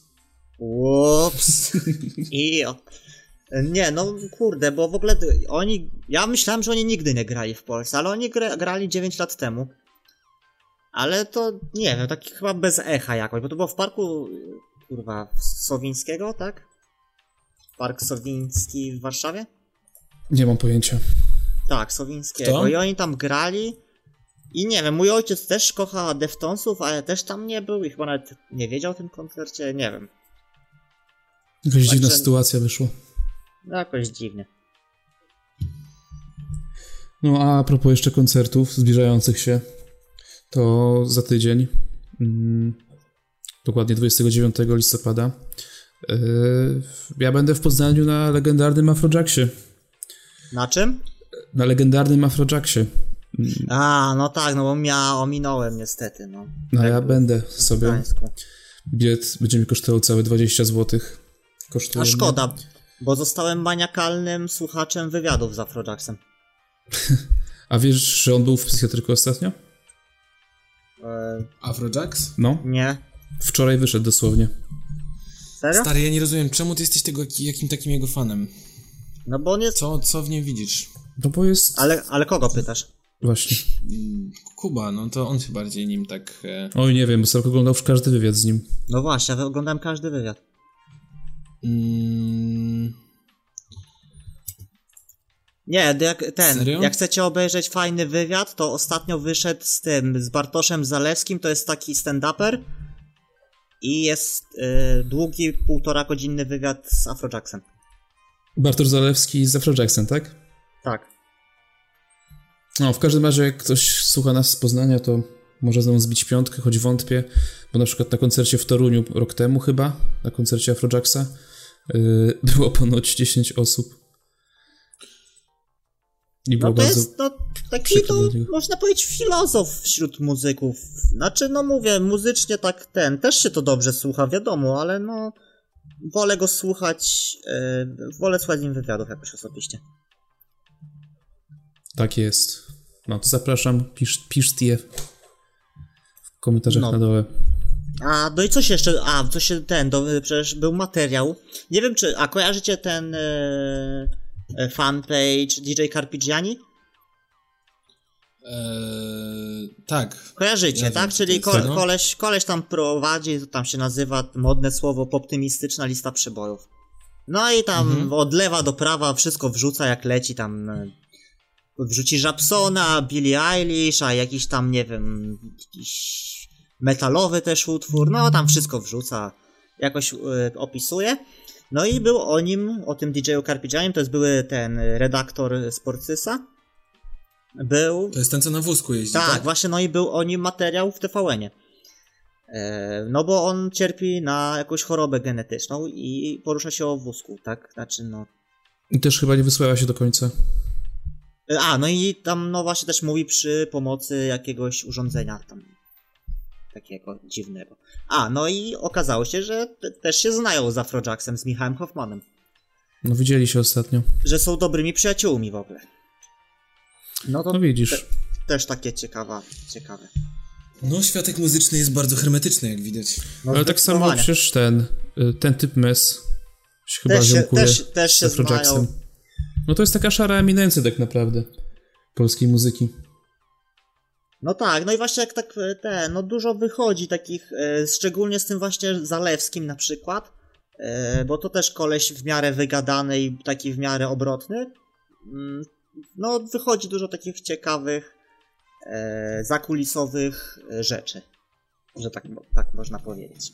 Nie, no kurde, bo w ogóle ja myślałem, że oni nigdy nie grali w Polsce, ale oni grali 9 lat temu. Ale to, nie wiem, taki chyba bez echa jakoś, bo to było w parku, kurwa, Sowińskiego, tak? Park Sowiński w Warszawie? Nie mam pojęcia. Tak, Sowińskiego. Kto? I oni tam grali i nie wiem, mój ojciec też kocha Deftonesów, ale też tam nie był i chyba nawet nie wiedział o tym koncercie, nie wiem. Jakaś dziwna sytuacja wyszła. No jakoś dziwnie. No a propos jeszcze koncertów zbliżających się, to za tydzień, dokładnie 29 listopada, ja będę w Poznaniu na legendarnym Afrojacksie. Na czym? Na legendarnym Afrojacksie. No tak, no bo ominąłem niestety, no. No ja będę sobie. Bilet będzie mi kosztował całe 20 zł. Kosztuje. A szkoda, bo zostałem maniakalnym słuchaczem wywiadów z Afrojacksem. A wiesz, że on był w psychiatryku ostatnio? Afrojacks? No. Nie. Wczoraj wyszedł dosłownie. Serio? Stary, ja nie rozumiem, czemu ty jesteś jakim takim jego fanem? No bo on jest... Co w nim widzisz? No bo jest... Ale kogo pytasz? Właśnie. Kuba, no to on się bardziej nim tak... Oj, nie wiem, bo sam oglądał już każdy wywiad z nim. No właśnie, ja oglądałem każdy wywiad. Nie, jak chcecie obejrzeć fajny wywiad, to ostatnio wyszedł z Bartoszem Zalewskim, to jest taki stand-uper i jest długi, 1,5-godzinny wywiad z Afrojacksem. Bartosz Zalewski z Afrojacksem, tak? Tak. No, w każdym razie jak ktoś słucha nas z Poznania, to może ze mną zbić piątkę, choć wątpię, Bo na przykład na koncercie w Toruniu rok temu chyba, na koncercie Afrojacksa, było ponoć 10 osób. I było no to bardzo jest taki, można powiedzieć, filozof wśród muzyków. Znaczy, mówię, muzycznie tak też się to dobrze słucha, wiadomo, ale wolę go słuchać, wolę słuchać z nim wywiadów jakoś osobiście. Tak jest. No to zapraszam, piszcie w komentarzach na dole. No i coś jeszcze, przecież był materiał, nie wiem kojarzycie ten fanpage DJ Carpigiani? Tak. Kojarzycie, ja tak? Czyli koleś tam prowadzi, to tam się nazywa, modne słowo, poptymistyczna lista przebojów. No i tam od lewa do prawa wszystko wrzuca jak leci, tam wrzuci Japsona, Billie Eilish, a jakiś tam, nie wiem, jakiś metalowy też utwór, no tam wszystko wrzuca, jakoś opisuje. No i był o tym DJ-u Carpigianim, to jest były ten redaktor Sportsysa. To jest ten, co na wózku jeździ, tak? Właśnie, no i był o nim materiał w TVN-ie. No bo on cierpi na jakąś chorobę genetyczną i porusza się o wózku, tak? Znaczy, I też chyba nie wysłała się do końca. No i tam, właśnie też mówi przy pomocy jakiegoś urządzenia tam takiego dziwnego. No i okazało się, że też się znają z Afrojacksem, z Michałem Hoffmanem. No widzieli się ostatnio. Że są dobrymi przyjaciółmi w ogóle. No to widzisz. Też takie ciekawe. No, światek muzyczny jest bardzo hermetyczny, jak widać. Ale tak samo przecież ten typ Mes się chyba ziomkuje też się z Afrojacksem. No to jest taka szara eminencja tak naprawdę polskiej muzyki. No tak, no i właśnie jak tak dużo wychodzi takich, szczególnie z tym właśnie Zalewskim na przykład, bo to też koleś w miarę wygadany i taki w miarę obrotny. No wychodzi dużo takich ciekawych, zakulisowych rzeczy, że tak można powiedzieć.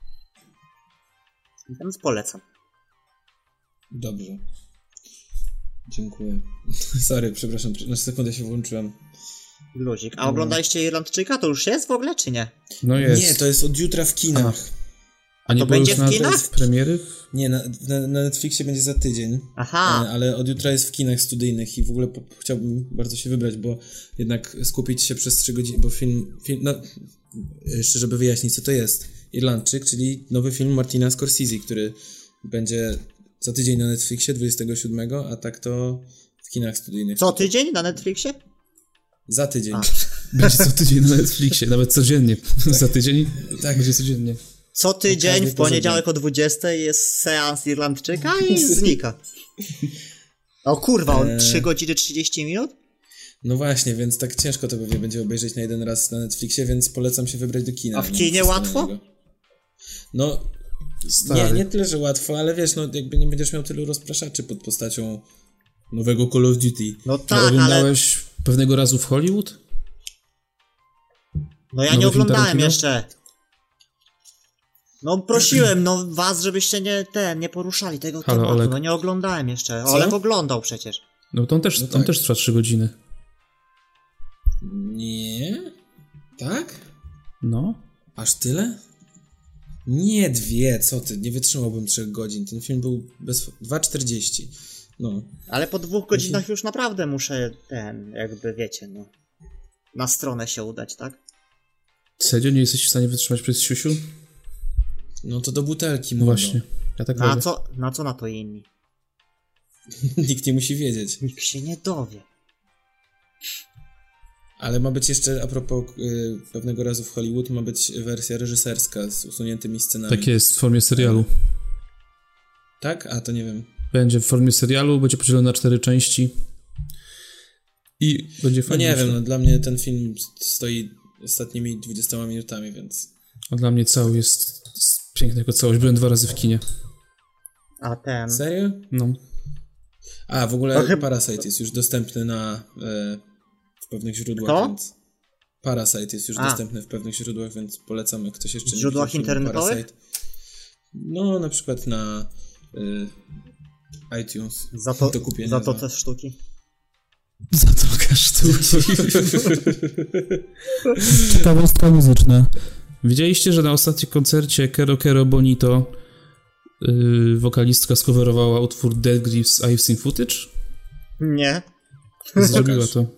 Więc polecam. Dobrze. Dziękuję. Sorry, przepraszam, na sekundę się włączyłem. Luzik. A oglądaliście Irlandczyka? To już jest w ogóle, czy nie? No jest. Nie, to jest od jutra w kinach. A to będzie w kinach? W premiery? Nie, na Netflixie będzie za tydzień. Aha. Ale od jutra jest w kinach studyjnych i w ogóle chciałbym bardzo się wybrać, bo jednak skupić się przez 3 godziny, bo film jeszcze żeby wyjaśnić, co to jest. Irlandczyk, czyli nowy film Martina Scorsese, który będzie za tydzień na Netflixie 27, a tak to w kinach studyjnych. Co tydzień na Netflixie? Za tydzień. Będzie co tydzień na Netflixie, nawet codziennie. Za tydzień tak. Będzie codziennie. Co tydzień w poniedziałek o 20 jest seans Irlandczyka i znika. O kurwa, on 3 godziny 30 minut? No właśnie, więc tak ciężko to pewnie będzie obejrzeć na jeden raz na Netflixie, więc polecam się wybrać do kina. A w kinie łatwo? No, nie tyle, że łatwo, ale wiesz, jakby nie będziesz miał tylu rozpraszaczy pod postacią nowego Call of Duty. No tak, oglądałeś pewnego razu w Hollywood? No ja nie oglądałem jeszcze. No prosiłem was, żebyście nie poruszali tego tematu. Olek. No nie oglądałem jeszcze. Co? Olek oglądał przecież. No to on też trwa 3 godziny. Nie? Tak? No. Aż tyle? Nie 2, co ty? Nie wytrzymałbym 3 godzin. Ten film był 2:40. No. Ale po 2 godzinach już naprawdę muszę jakby wiecie, na stronę się udać, tak? Serio? Nie jesteś w stanie wytrzymać przez siusiu? No to do butelki no właśnie. Ja tak robię. Na co na to inni? Nikt nie musi wiedzieć. Nikt się nie dowie. Ale ma być jeszcze, a propos pewnego razu w Hollywood, ma być wersja reżyserska z usuniętymi scenami. Tak jest, w formie serialu. Tak? A to nie wiem. Będzie w formie serialu, będzie podzielony na 4 części. I będzie fajnie. No nie wiem, dla mnie ten film stoi ostatnimi 20 minutami, więc... A dla mnie cały jest pięknego całość. Byłem 2 razy w kinie. A ten... Serio? No. A, w ogóle Parasite jest już dostępny w pewnych źródłach, więc... Parasite jest już dostępny w pewnych źródłach, więc polecam, jak ktoś jeszcze nie widział. Źródłach internetowych? No, na przykład na iTunes. Do kupienia. Za to te sztuki. Za to sztuki. Ciekawostka muzyczna. Widzieliście, że na ostatnim koncercie Kero Kero Bonito wokalistka skowerowała utwór Dead Grief's I've Seen Footage? Nie. Zrobiła to.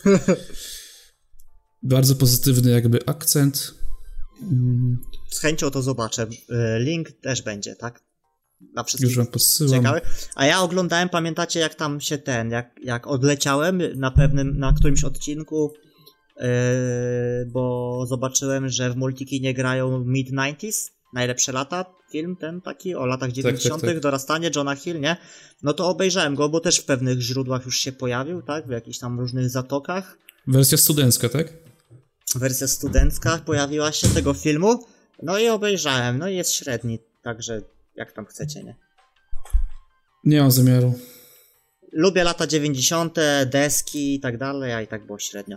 Bardzo pozytywny jakby akcent. Z chęcią to zobaczę. Link też będzie, tak? Na wszystkich. Już wam podsyłam. Ciekawe. A ja oglądałem, pamiętacie jak tam się jak odleciałem na którymś odcinku, bo zobaczyłem, że w Multikinie grają Mid-90s, najlepsze lata, film ten taki o latach 90. Tak. Dorastanie Johna Hill, nie? No to obejrzałem go, bo też w pewnych źródłach już się pojawił, tak? W jakichś tam różnych zatokach. Wersja studencka, tak? Wersja studencka pojawiła się tego filmu, no i obejrzałem, no i jest średni, także jak tam chcecie, nie? Nie mam zamiaru. Lubię lata 90., deski i tak dalej, a i tak było średnio.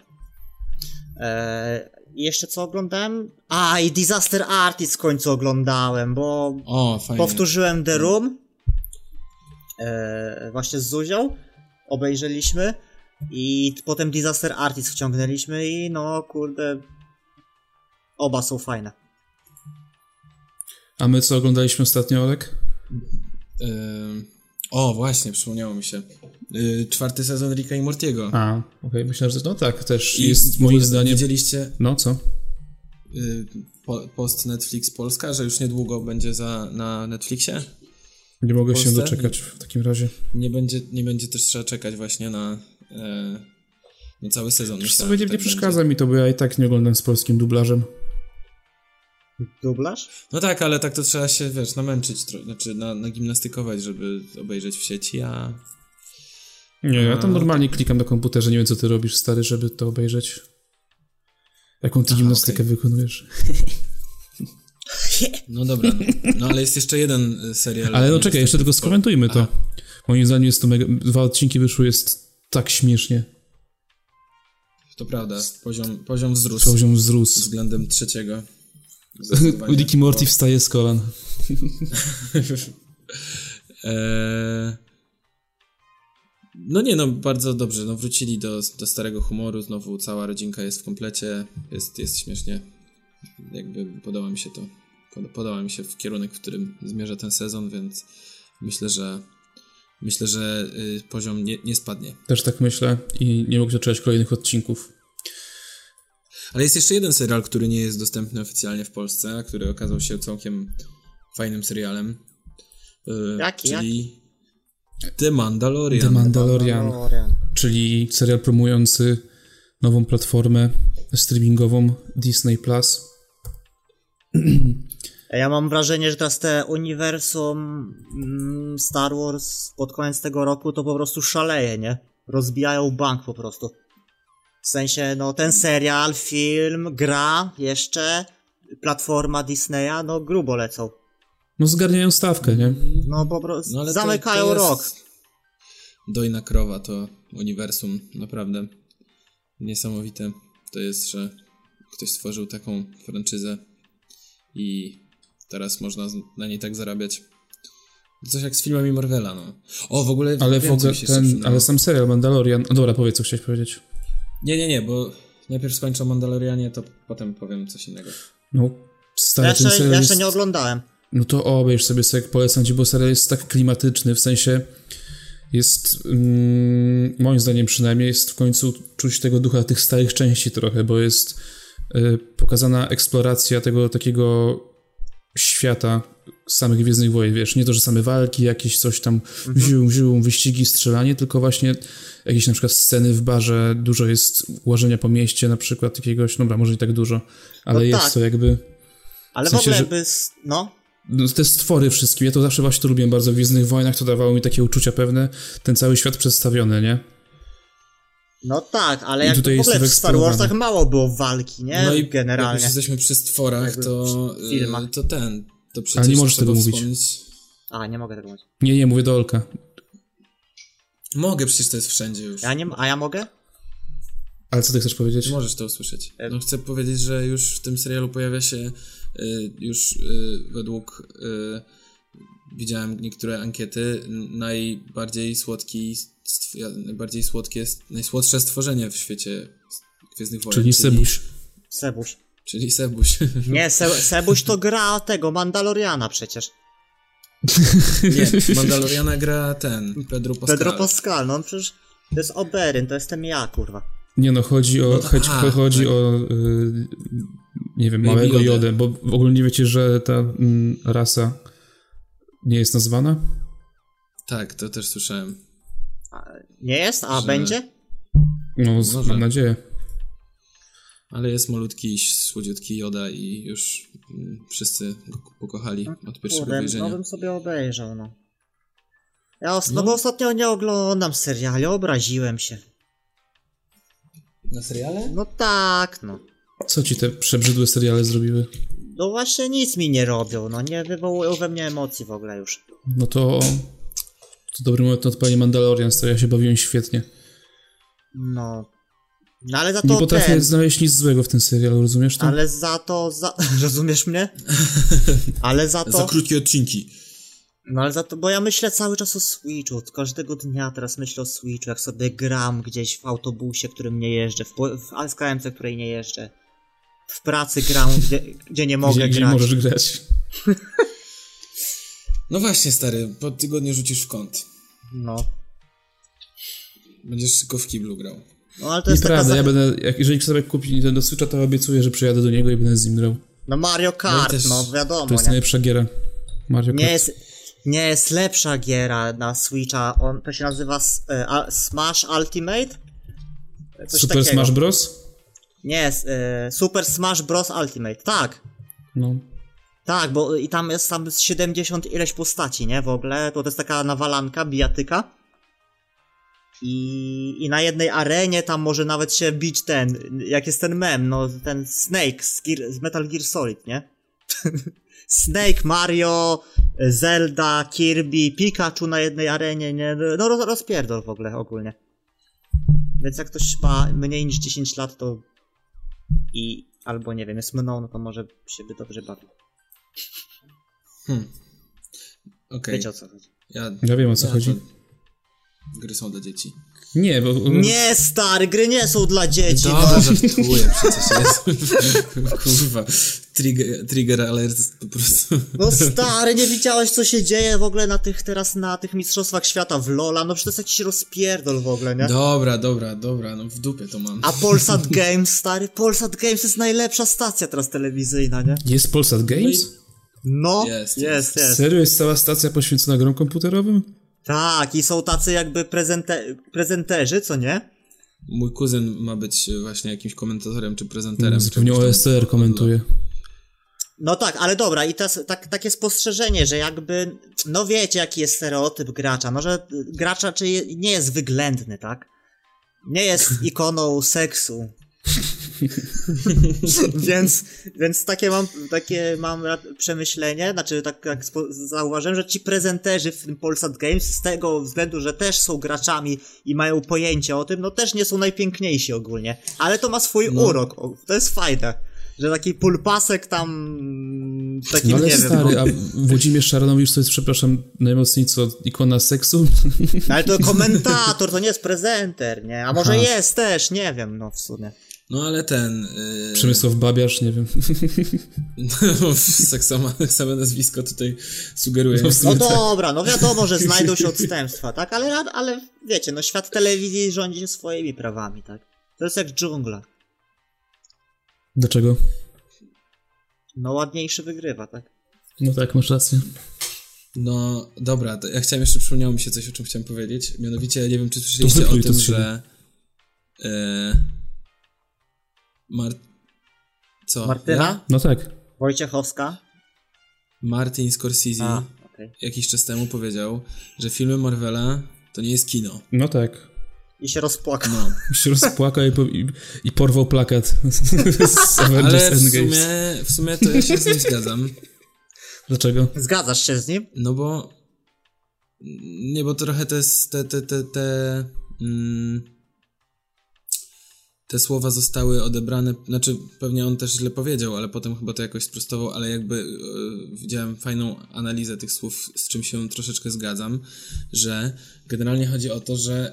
I jeszcze co oglądałem? I Disaster Artist w końcu oglądałem, bo powtórzyłem The Room właśnie z Zuzią, obejrzeliśmy i potem Disaster Artist wciągnęliśmy i no kurde, oba są fajne. A my co oglądaliśmy ostatnio, Olek? Właśnie, przypomniało mi się. 4. sezon Ricka i Mortiego. Okej. Myślę, że no tak, też jest moim zdaniem... Widzieliście... No, co? Post Netflix Polska, że już niedługo będzie na Netflixie? Nie mogę się doczekać w takim razie. Nie będzie też trzeba czekać właśnie na cały sezon. Wiesz co, nie przeszkadza mi to, bo ja i tak nie oglądam z polskim dublażem. Dublaż? No tak, ale tak to trzeba się, namęczyć, znaczy nagimnastykować, żeby obejrzeć w sieci, a... Nie, ja tam normalnie klikam na komputerze, nie wiem co ty robisz, stary, żeby to obejrzeć. Jaką ty gimnastykę wykonujesz? No dobra, no ale jest jeszcze jeden serial. Ale no czekaj, jeszcze tylko skomentujmy to. Moim zdaniem jest to 2 odcinki wyszły, jest tak śmiesznie. To prawda, poziom wzrósł. Poziom wzrósł. Względem 3. Rick i Morty wstaje z kolan. No bardzo dobrze, wrócili do starego humoru, znowu cała rodzinka jest w komplecie, jest śmiesznie, jakby podoba mi się w kierunek, w którym zmierza ten sezon, więc myślę, że poziom nie spadnie. Też tak myślę i nie mogę doczekać kolejnych odcinków. Ale jest jeszcze jeden serial, który nie jest dostępny oficjalnie w Polsce, a który okazał się całkiem fajnym serialem. Czyli The Mandalorian. The Mandalorian. Czyli serial promujący nową platformę streamingową Disney+. Ja mam wrażenie, że teraz te uniwersum Star Wars pod koniec tego roku to po prostu szaleje, nie? Rozbijają bank po prostu. W sensie, ten serial, film, gra jeszcze, platforma Disneya, grubo lecą. Zgarniają stawkę, nie? Po prostu zamykają rok. Dojna krowa to uniwersum, naprawdę niesamowite. To jest, że ktoś stworzył taką franczyzę i teraz można na niej tak zarabiać. Coś jak z filmami Marvela, w ogóle... Ale sam serial Mandalorian... dobra, powiedz, co chciałeś powiedzieć. Nie, bo najpierw skończę Mandalorianie, to potem powiem coś innego. Stary, ja jeszcze nie oglądałem. No to obejrz sobie, polecam ci, bo serial jest tak klimatyczny, w sensie jest, moim zdaniem przynajmniej, jest w końcu czuć tego ducha tych starych części trochę, bo jest pokazana eksploracja tego takiego świata samych Gwiezdnych Wojen, wiesz, nie to, że same walki, jakieś coś tam wyścigi, strzelanie, tylko właśnie jakieś na przykład sceny w barze, dużo jest łażenia po mieście na przykład jakiegoś, dobra, może nie tak dużo, ale jest to jakby... Ale w sensie, w ogóle te stwory wszystkie, ja to zawsze właśnie to lubiłem bardzo w Gwiezdnych Wojnach, to dawało mi takie uczucia pewne, ten cały świat przedstawiony, nie? No tak, ale jak w ogóle w Star Warsach mało było walki, nie? No i generalnie. Jak już jesteśmy przy stworach, to przecież... Ale nie możesz tego mówić. Nie mogę tego mówić. Nie, mówię do Olka. Mogę, przecież to jest wszędzie już. A ja mogę? Ale co ty chcesz powiedzieć? Możesz to usłyszeć. Chcę powiedzieć, że już w tym serialu pojawia się według widziałem niektóre ankiety, najsłodsze stworzenie w świecie Gwiezdnych Wojen. Czyli Sebuś. Sebuś. Czyli Sebuś. Nie, Sebuś to gra tego Mandaloriana przecież. Nie, Mandaloriana gra Pedro Pascal. Pedro Pascal, no przecież to jest Oberyn, to jestem ja, kurwa. Nie no, chodzi o, nie wiem, małego Jodę, bo w ogóle nie wiecie, że ta rasa nie jest nazwana? Tak, to też słyszałem. Nie jest? A będzie? No, mam nadzieję. Ale jest malutki, słodziutki Joda i już wszyscy go pokochali od pierwszego wejrzenia. No bym sobie obejrzał, no. No bo ostatnio nie oglądam seriali, obraziłem się. Na seriale? No tak, no. Co ci te przebrzydłe seriale zrobiły? No właśnie nic mi nie robią, no nie wywołują we mnie emocji w ogóle już. No to dobry moment na odpalenie Mandalorian, to ja się bawiłem świetnie. No ale za to nie potrafię znaleźć nic złego w tym serialu, rozumiesz to? Ale za to... Rozumiesz mnie? Ale za to... Za krótkie odcinki. No ale za to, bo ja myślę cały czas o Switchu, od każdego dnia teraz myślę o Switchu, jak sobie gram gdzieś w autobusie, którym nie jeżdżę, w ASKM-ce, której nie jeżdżę, w pracy gram, gdzie nie mogę grać. Gdzie nie możesz grać. No właśnie, stary, po tygodniu rzucisz w kąt. No. Będziesz tylko w kiblu grał. No ale to jest prawda, ja będę, jeżeli sobie kupi Nintendo Switcha, to obiecuję, że przyjadę do niego i będę z nim grał. No Mario Kart, no wiadomo, to jest najlepsza giera. Mario Kart. Nie jest lepsza giera na Switcha, to się nazywa Smash Ultimate? Super Smash Bros? Nie, Super Smash Bros Ultimate, tak. No. Tak, bo i tam jest 70 ileś postaci, nie, w ogóle, to jest taka nawalanka, bijatyka. I na jednej arenie tam może nawet się bić jak jest ten mem, no ten Snake z Metal Gear Solid, nie? Snake, Mario, Zelda, Kirby, Pikachu na jednej arenie, nie? No rozpierdol w ogóle ogólnie. Więc jak ktoś ma mniej niż 10 lat, to albo nie wiem, jest mną, no to może się by dobrze bawił. Okay. Wiecie o co chodzi? Ja wiem o co chodzi. Gry są dla dzieci. Nie, bo... Nie, stary, gry nie są dla dzieci. Dobra, żartuję przecież. Kurwa. Trigger alert po prostu. No stary, nie widziałeś co się dzieje w ogóle na tych mistrzostwach świata w LoL'a? No przecież to jest jakiś rozpierdol w ogóle, nie? Dobra, no w dupie to mam. A Polsat Games, stary, Polsat Games jest najlepsza stacja teraz telewizyjna, nie? Jest Polsat Games? No, jest. Serio? Jest cała stacja poświęcona grom komputerowym? Tak, i są tacy jakby prezenterzy, co nie? Mój kuzyn ma być właśnie jakimś komentatorem czy prezenterem. Zupełnie OSR komentuje. No tak, ale dobra, i teraz takie spostrzeżenie, że jakby, no wiecie jaki jest stereotyp gracza, no że gracz raczej nie jest wyględny, tak? Nie jest ikoną seksu. więc takie mam przemyślenie, znaczy tak jak zauważyłem, że ci prezenterzy w tym Polsat Games z tego względu, że też są graczami i mają pojęcie o tym, no też nie są najpiękniejsi ogólnie, ale to ma swój urok, to jest fajne, że taki pulpasek tam taki, no ale nie stary, wiem, a Włodzimierz Szaranowicz to jest, przepraszam, najmocniej co, ikona seksu? No ale to komentator, to nie jest prezenter, nie? A może jest też, nie wiem, no w sumie. No ale Przemysław Babiarz, nie wiem. Same nazwisko tutaj sugeruje. No dobra, no wiadomo, że znajdą się odstępstwa, tak? Ale wiecie, no świat telewizji rządzi się swoimi prawami, tak? To jest jak dżungla. Dlaczego? No ładniejszy wygrywa, tak? No tak, masz rację. No dobra, to ja przypomniało mi się coś, o czym chciałem powiedzieć. Mianowicie, nie wiem, czy słyszeliście o tym, że... Co? Martyna? Ja? No tak. Wojciechowska? Martin Scorsese jakiś czas temu powiedział, że filmy Marvela to nie jest kino. No tak. I się rozpłakał. No. I się rozpłakał i porwał plakat z Avengers Ale w sumie to ja się z nim zgadzam. Dlaczego? Zgadzasz się z nim? No bo... Nie, bo trochę to jest te słowa zostały odebrane, znaczy pewnie on też źle powiedział, ale potem chyba to jakoś sprostował, ale jakby widziałem fajną analizę tych słów, z czym się troszeczkę zgadzam, że generalnie chodzi o to, że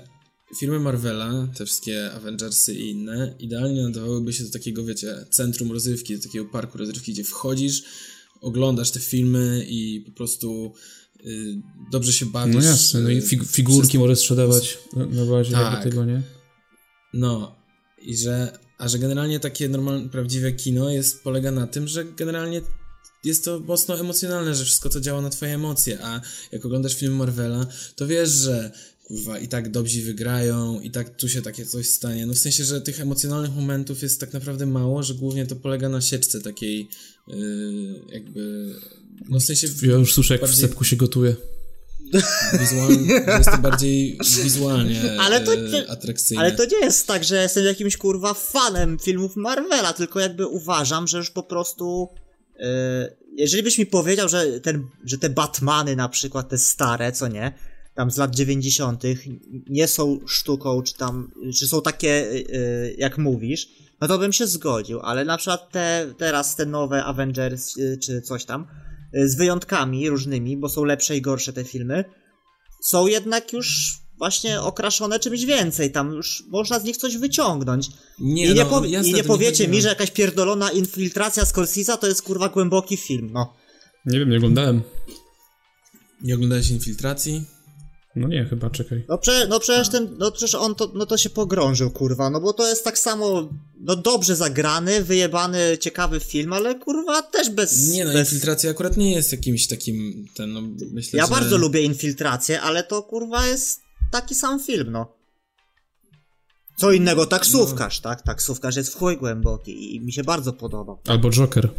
filmy Marvela, te wszystkie Avengersy i inne, idealnie nadawałyby się do takiego, wiecie, centrum rozrywki, do takiego parku rozrywki, gdzie wchodzisz, oglądasz te filmy i po prostu dobrze się bawisz. No jasne, no i figurki możesz sprzedawać na bazie tego, nie? No, że generalnie takie normalne, prawdziwe kino polega na tym, że generalnie jest to mocno emocjonalne, że wszystko to działa na twoje emocje, a jak oglądasz film Marvela, to wiesz, że kurwa i tak dobrzy wygrają, i tak tu się takie coś stanie. No w sensie, że tych emocjonalnych momentów jest tak naprawdę mało, że głównie to polega na sieczce takiej jakby... No w sensie... Ja już słyszę, jak w sepku się gotuje. Wizualnie, że jest to bardziej wizualnie atrakcyjne. Ale to nie jest tak, że jestem jakimś kurwa fanem filmów Marvela, tylko jakby uważam, że już po prostu jeżeli byś mi powiedział, że te Batmany na przykład, te stare, co nie, tam z lat 90. nie są sztuką, czy są takie jak mówisz, no to bym się zgodził, ale na przykład teraz te nowe Avengers czy coś tam, z wyjątkami różnymi, bo są lepsze i gorsze te filmy, są jednak już właśnie okraszone czymś więcej, tam już można z nich coś wyciągnąć. I nie powiecie mi, że jakaś pierdolona infiltracja Scorsese'a to jest kurwa głęboki film, no. Nie wiem, nie oglądałem. Nie oglądałeś Infiltracji? No nie, chyba, czekaj. Przecież on to się pogrążył, kurwa, no bo to jest tak samo, no dobrze zagrany, wyjebany, ciekawy film, ale kurwa też bez... Nie no, Infiltracja akurat nie jest jakimś takim, myślę, ja bardzo lubię Infiltrację, ale to kurwa jest taki sam film, no. Co innego Taksówkarz, tak? Taksówkarz jest w chuj głęboki i mi się bardzo podoba. Albo Joker.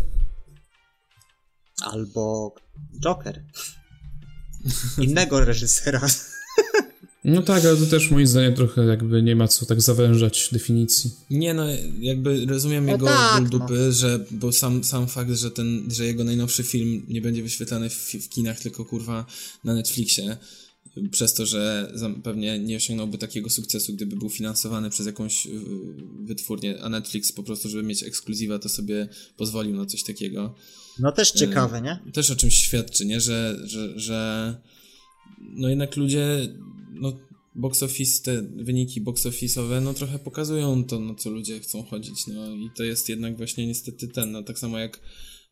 Albo Joker. Innego reżysera. No tak, ale to też moim zdaniem trochę jakby nie ma co tak zawężać definicji. Nie no, jakby rozumiem jego ból dupy, bo sam fakt, że jego najnowszy film nie będzie wyświetlany w kinach, tylko kurwa na Netflixie, przez to, że pewnie nie osiągnąłby takiego sukcesu, gdyby był finansowany przez jakąś wytwórnię, a Netflix po prostu, żeby mieć ekskluzywa, to sobie pozwolił na coś takiego. No też ciekawe, nie? Też o czymś świadczy, nie? Że no jednak ludzie, no box office, te wyniki box office'owe, no trochę pokazują to, na co ludzie chcą chodzić, no i to jest jednak właśnie niestety no tak samo jak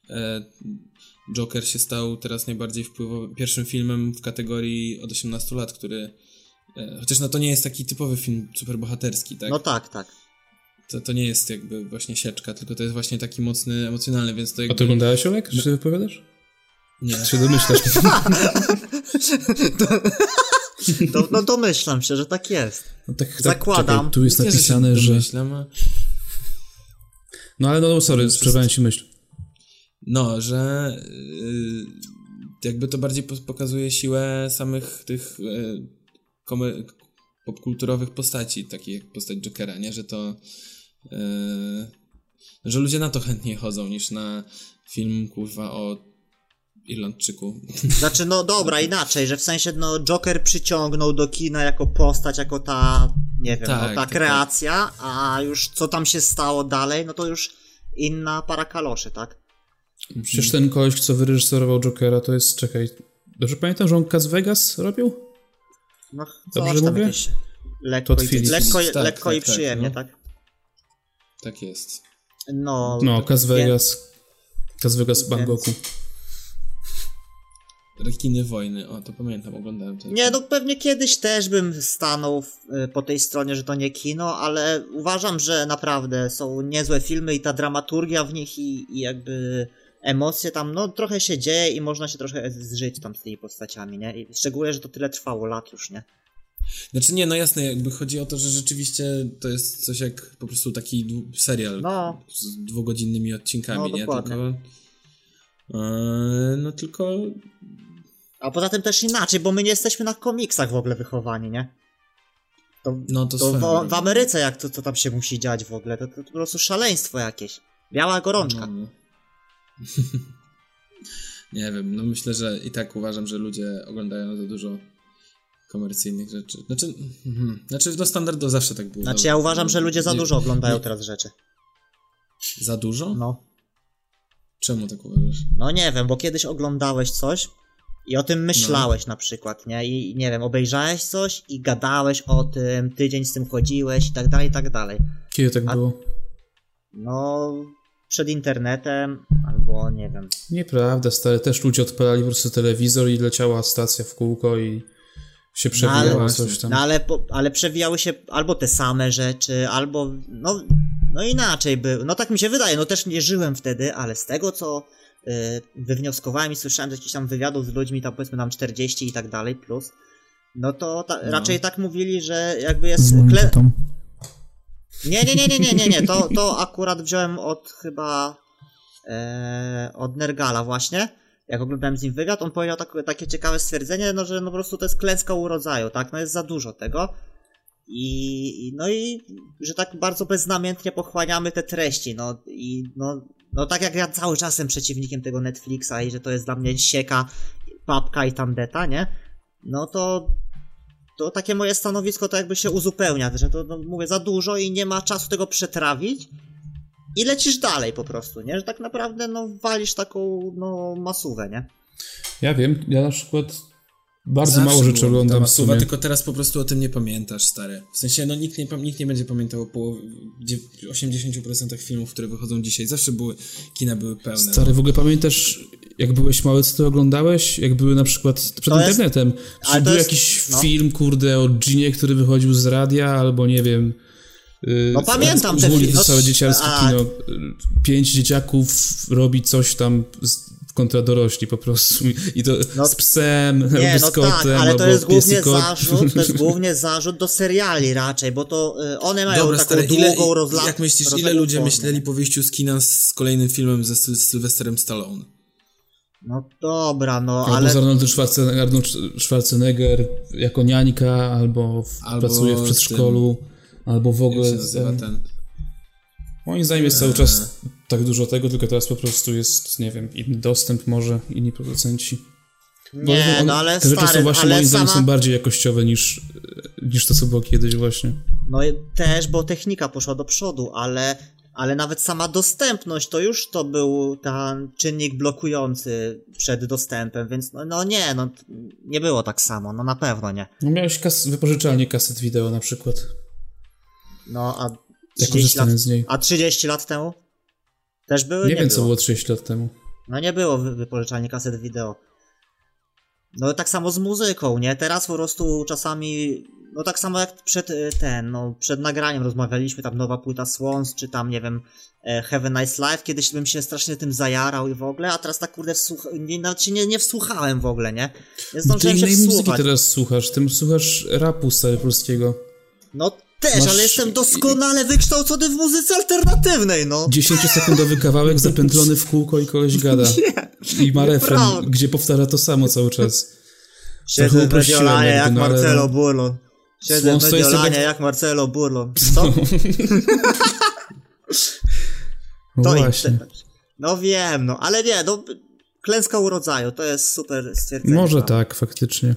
Joker się stał teraz najbardziej pierwszym filmem w kategorii od 18 lat, który chociaż no to nie jest taki typowy film superbohaterski, tak? No tak. To nie jest jakby właśnie sieczka, tylko to jest właśnie taki mocny, emocjonalny, więc to jakby... A ty oglądałeś, Olek? Czy ty wypowiadasz? Nie. Czy się domyślasz? No domyślam się, że tak jest. No tak, zakładam. Czekaj, tu jest napisane, że... No ale no sorry, przerwałem ci myśl. No, że jakby to bardziej pokazuje siłę samych tych popkulturowych postaci, takich jak postać Jokera, nie? Że to że ludzie na to chętniej chodzą niż na film kurwa o Irlandczyku. Znaczy no dobra, inaczej, że w sensie no Joker przyciągnął do kina jako postać, jako ta, nie wiem, tak, ta kreacja, a już co tam się stało dalej, no to już inna para kaloszy, tak? Przecież ten koleś, co wyreżyserował Jokera, to jest, czekaj, dobrze pamiętam, że on Las Vegas robił? No dobrze mówię? Jakieś lekko i przyjemnie, tak? Tak jest. No, Las Vegas w Bangkoku. Rekiny wojny, to pamiętam, oglądałem to. Nie, no pewnie kiedyś też bym stanął po tej stronie, że to nie kino, ale uważam, że naprawdę są niezłe filmy i ta dramaturgia w nich i jakby emocje tam, no trochę się dzieje i można się trochę zżyć tam z tymi postaciami, nie? I szczególnie, że to tyle trwało lat już, nie? Znaczy nie, no jasne, jakby chodzi o to, że rzeczywiście to jest coś jak po prostu taki serial z 2-godzinnymi odcinkami, nie? Tylko... A poza tym też inaczej, bo my nie jesteśmy na komiksach w ogóle wychowani, nie? To w Ameryce jak to tam się musi dziać w ogóle, to po prostu szaleństwo jakieś. Biała gorączka. No. Nie wiem, no myślę, że i tak uważam, że ludzie oglądają za dużo komercyjnych rzeczy. Znaczy no standardowo zawsze tak było. Znaczy ja uważam, że ludzie za dużo oglądają teraz rzeczy. Za dużo? No. Czemu tak uważasz? No nie wiem, bo kiedyś oglądałeś coś I o tym myślałeś na przykład, nie? I nie wiem, obejrzałeś coś i gadałeś o tym, tydzień z tym chodziłeś i tak dalej, i tak dalej. Kiedy tak było? No, przed internetem, albo nie wiem. Nieprawda, stary, też ludzie odpalali po prostu telewizor i leciała stacja w kółko i się przewijało coś tam. No ale przewijały się albo te same rzeczy, albo no inaczej by. No tak mi się wydaje, no też nie żyłem wtedy, ale z tego co wywnioskowałem i słyszałem z jakichś tam wywiadów z ludźmi, tam powiedzmy nam 40 i tak dalej plus, no to raczej tak mówili, że jakby jest... Nie, to akurat wziąłem od chyba od Nergala właśnie, jak oglądałem z nim wywiad, on powiedział takie ciekawe stwierdzenie, no że no po prostu to jest klęska urodzaju, tak, no jest za dużo tego i że tak bardzo beznamiętnie pochłaniamy te treści, no tak jak ja cały czas jestem przeciwnikiem tego Netflixa i że to jest dla mnie sieka, papka i tandeta, nie, no to takie moje stanowisko to jakby się uzupełnia, że to mówię za dużo i nie ma czasu tego przetrawić i lecisz dalej po prostu, nie? Że tak naprawdę walisz taką masówę, nie? Ja wiem, ja na przykład bardzo mało rzeczy oglądam w sumie. Tylko teraz po prostu o tym nie pamiętasz, stary. W sensie, nikt nie będzie pamiętał o 80% filmów, które wychodzą dzisiaj. Zawsze kina były pełne. Stary, w ogóle pamiętasz, jak byłeś mały, co ty oglądałeś? Jak były na przykład przed internetem. Czy był jakiś film, kurde, o Ginie, który wychodził z radia, albo nie wiem... No pamiętam te filmy. Całe dzieciarskie kino. 5 dzieciaków robi coś tam kontra dorośli po prostu. I to z psem, albo z kotem, tak, ale albo to jest głównie zarzut do seriali raczej, bo to one mają taką długą rozlatkę. Jak myślisz, ile ludzie myśleli po wyjściu z kina z kolejnym filmem ze Sylwesterem Stallone? No dobra, albo ale... z Arnold Schwarzenegger jako niańka, albo pracuje w przedszkolu, albo w ogóle... Moim zdaniem jest cały czas tak dużo tego, tylko teraz po prostu jest, nie wiem, inny dostęp może, inni producenci. Ale te rzeczy są właśnie moim zdaniem są bardziej jakościowe niż to, co było kiedyś właśnie. No też, bo technika poszła do przodu, ale nawet sama dostępność to był ten czynnik blokujący przed dostępem, więc nie było tak samo, na pewno nie. No miałeś wypożyczalnię kaset wideo na przykład. A 30 lat temu? Też były? Nie wiem, co było 30 lat temu. No nie było wypożyczalni kaset wideo. No tak samo z muzyką, nie? Teraz po prostu czasami... No tak samo jak przed nagraniem rozmawialiśmy, tam nowa płyta Swans, czy tam, nie wiem, Have a Nice Life, kiedyś bym się strasznie tym zajarał i w ogóle, a teraz tak kurde nawet się nie wsłuchałem w ogóle, nie? Nie zdążyłem się wsłuchać. Ty innej muzyki teraz słuchasz, ty słuchasz rapu polskiego. No też, ale jestem doskonale wykształcony w muzyce alternatywnej, 10-sekundowy kawałek zapętlony w kółko i koleś gada. I ma refren, gdzie powtarza to samo cały czas. Siedzę w Mediolanie jak Marcelo Burlon. Siedzę w Mediolanie jak Marcelo Burlon. Co? No właśnie. Wiem, ale nie, klęska urodzaju, to jest super stwierdzenie. Może tak, faktycznie.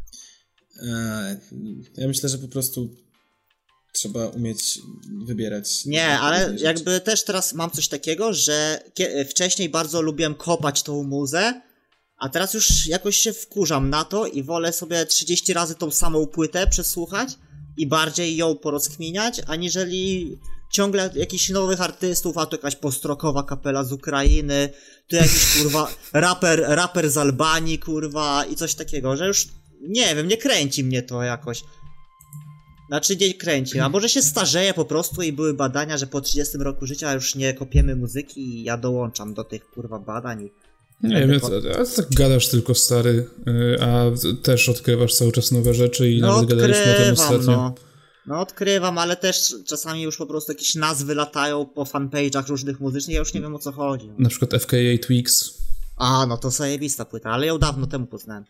Ja myślę, że po prostu trzeba umieć wybierać. Nie, ale jakby też teraz mam coś takiego, że wcześniej bardzo lubiłem kopać tą muzę, a teraz już jakoś się wkurzam na to i wolę sobie 30 razy tą samą płytę przesłuchać i bardziej ją porozkminiać, aniżeli ciągle jakichś nowych artystów, a tu jakaś postrokowa kapela z Ukrainy, tu jakiś kurwa raper z Albanii, kurwa, i coś takiego, że już nie wiem, nie kręci mnie to jakoś. Znaczy nie kręci, a może się starzeje po prostu i były badania, że po 30 roku życia już nie kopiemy muzyki i ja dołączam do tych kurwa badań i... Nie wiem, a tak gadasz tylko, stary, a też odkrywasz cały czas nowe rzeczy i nawet gadaliśmy o tym ostatnio. No odkrywam, ale też czasami już po prostu jakieś nazwy latają po fanpage'ach różnych muzycznych, ja już nie wiem, o co chodzi. Na przykład FKA Twigs. To zajebista płyta, ale ją dawno temu poznałem.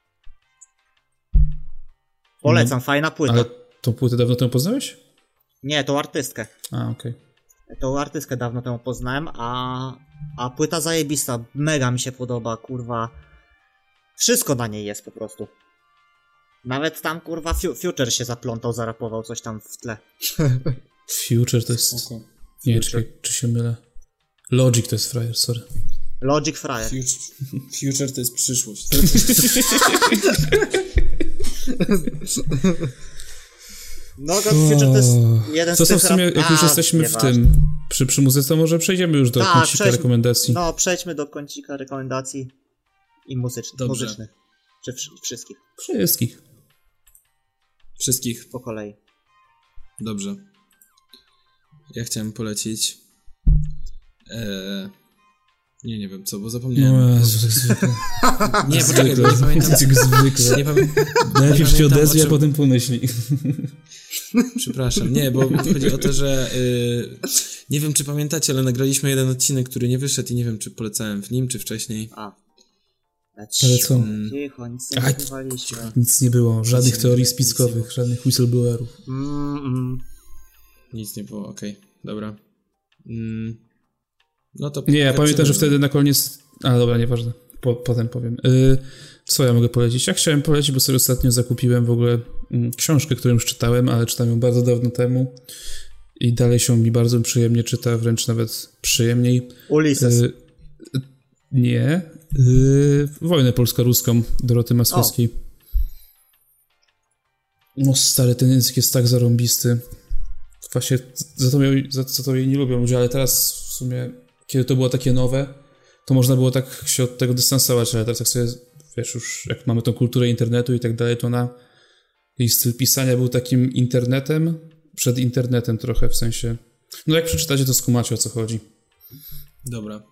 Polecam, fajna płyta. Ale tą płytę dawno temu poznałeś? Nie, tą artystkę. Okej. Tą artystkę dawno temu poznałem, a płyta zajebista, mega mi się podoba, kurwa. Wszystko na niej jest po prostu. Nawet tam, kurwa, Future się zaplątał, zarapował coś tam w tle. Future to jest... Nie, czekaj, czy się mylę. Logic to jest frajer, sorry. Logic Friar. Future to jest przyszłość. No, God Future to jest jeden z tych... w sumie, jak już jesteśmy w tym, przy muzyce, to może przejdziemy już do kącika rekomendacji. No, przejdźmy do kącika rekomendacji i muzycznych. Czy wszystkich? Wszystkich. Po kolei. Dobrze. Ja chciałem polecić... Nie wiem co, bo zapomniałem. No Jezu, zwykle. Nie, poczekaj, bo nie pamiętam. Zwykle. Najpierw się odezwie, a potem pomyśli. Przepraszam, nie, bo chodzi o to, że nie wiem, czy pamiętacie, ale nagraliśmy jeden odcinek, który nie wyszedł i nie wiem, czy polecałem w nim, czy wcześniej. Ale co? Cicho, nic nie nagrywaliśmy. Nic nie było, żadnych teorii spiskowych, żadnych whistleblowerów. Nic nie było, okej, dobra. No to nie, ja pamiętam, że wtedy na koniec... dobra, nieważne. Potem powiem. Co ja mogę polecić? Ja chciałem polecić, bo sobie ostatnio zakupiłem w ogóle książkę, którą już czytałem, ale czytałem ją bardzo dawno temu i dalej się mi bardzo przyjemnie czyta, wręcz nawet przyjemniej. Ulises. Nie. Wojnę polsko-ruską Doroty Masłowskiej. No stary, ten język jest tak zarąbisty. Właśnie za to jej nie lubią ludzie, ale teraz w sumie, kiedy to było takie nowe, to można było tak się od tego dystansować, ale teraz jak sobie, wiesz, już jak mamy tą kulturę internetu i tak dalej, to jej styl pisania był takim internetem, przed internetem trochę, w sensie, no jak przeczytacie, to skumacie, o co chodzi. Dobra.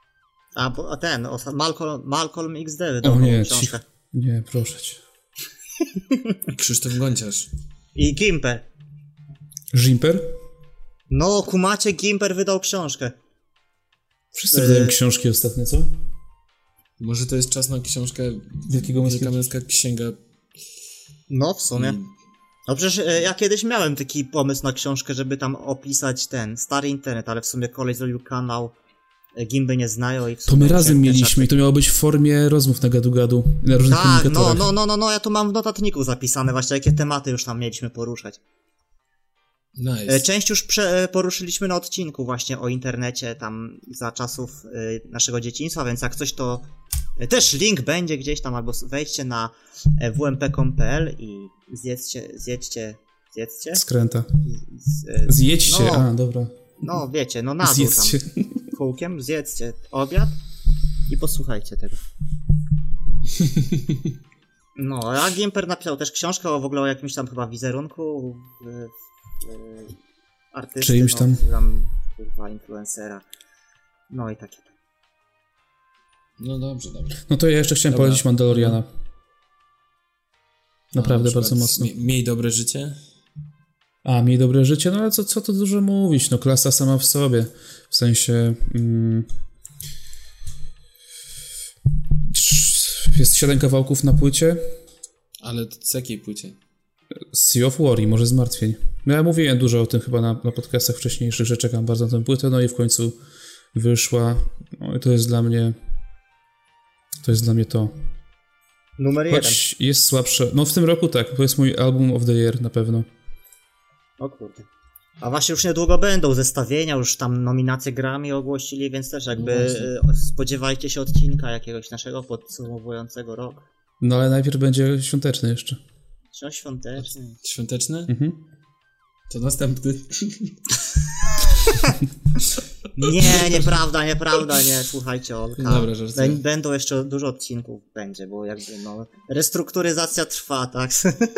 Malcolm XD wydał książkę. Nie, proszę cię. Krzysztof Gonciarz. I Gimper. Gimper? No, kumacie, Gimper wydał książkę. Wszyscy wydają książki ostatnio, co? Może to jest czas na książkę Wielka Męska Księga. No, w sumie. No przecież ja kiedyś miałem taki pomysł na książkę, żeby tam opisać ten stary internet, ale w sumie koleś zrobił kanał Gimby nie znają i w sumie... To my razem mieliśmy i to miało być w formie rozmów na gadu-gadu na różnych komunikatorach. No, ja tu mam w notatniku zapisane właśnie, jakie tematy już tam mieliśmy poruszać. Nice. Część już poruszyliśmy na odcinku właśnie o internecie tam za czasów naszego dzieciństwa, więc jak coś to też link będzie gdzieś tam, albo wejdźcie na wmp.com.pl i zjedźcie? Skręta. Zjedźcie, dobra. No wiecie, no na dół tam kółkiem, zjedzcie obiad i posłuchajcie tego. No, a Gimper napisał też książkę w ogóle o jakimś tam chyba wizerunku artysty, czyimś tam kurwa, influencera. No i takie tam. No dobrze. No to ja jeszcze chciałem polecić Mandaloriana. Naprawdę bardzo mocno. Miej dobre życie? Miej dobre życie? No ale co tu dużo mówić? No klasa sama w sobie. W sensie... jest 7 kawałków na płycie. Ale z jakiej płycie? Sea of War i Morze Zmartwień. No ja mówiłem dużo o tym chyba na podcastach wcześniejszych, że czekam bardzo na tę płytę, no i w końcu wyszła. No i to jest dla mnie to. Numer 1. Choć jest słabsze. No w tym roku tak, to jest mój album of the year na pewno. O kurde. A właśnie już niedługo będą zestawienia, już tam nominacje Grammy ogłosili, więc też jakby spodziewajcie się odcinka jakiegoś naszego podsumowującego rok. No ale najpierw będzie świąteczny jeszcze. Co świąteczny? Świąteczny? Mhm. To następny. Nieprawda, nie, słuchajcie, Olka. Dobra, żartuję. Będą jeszcze dużo odcinków, bo jakby restrukturyzacja trwa, tak?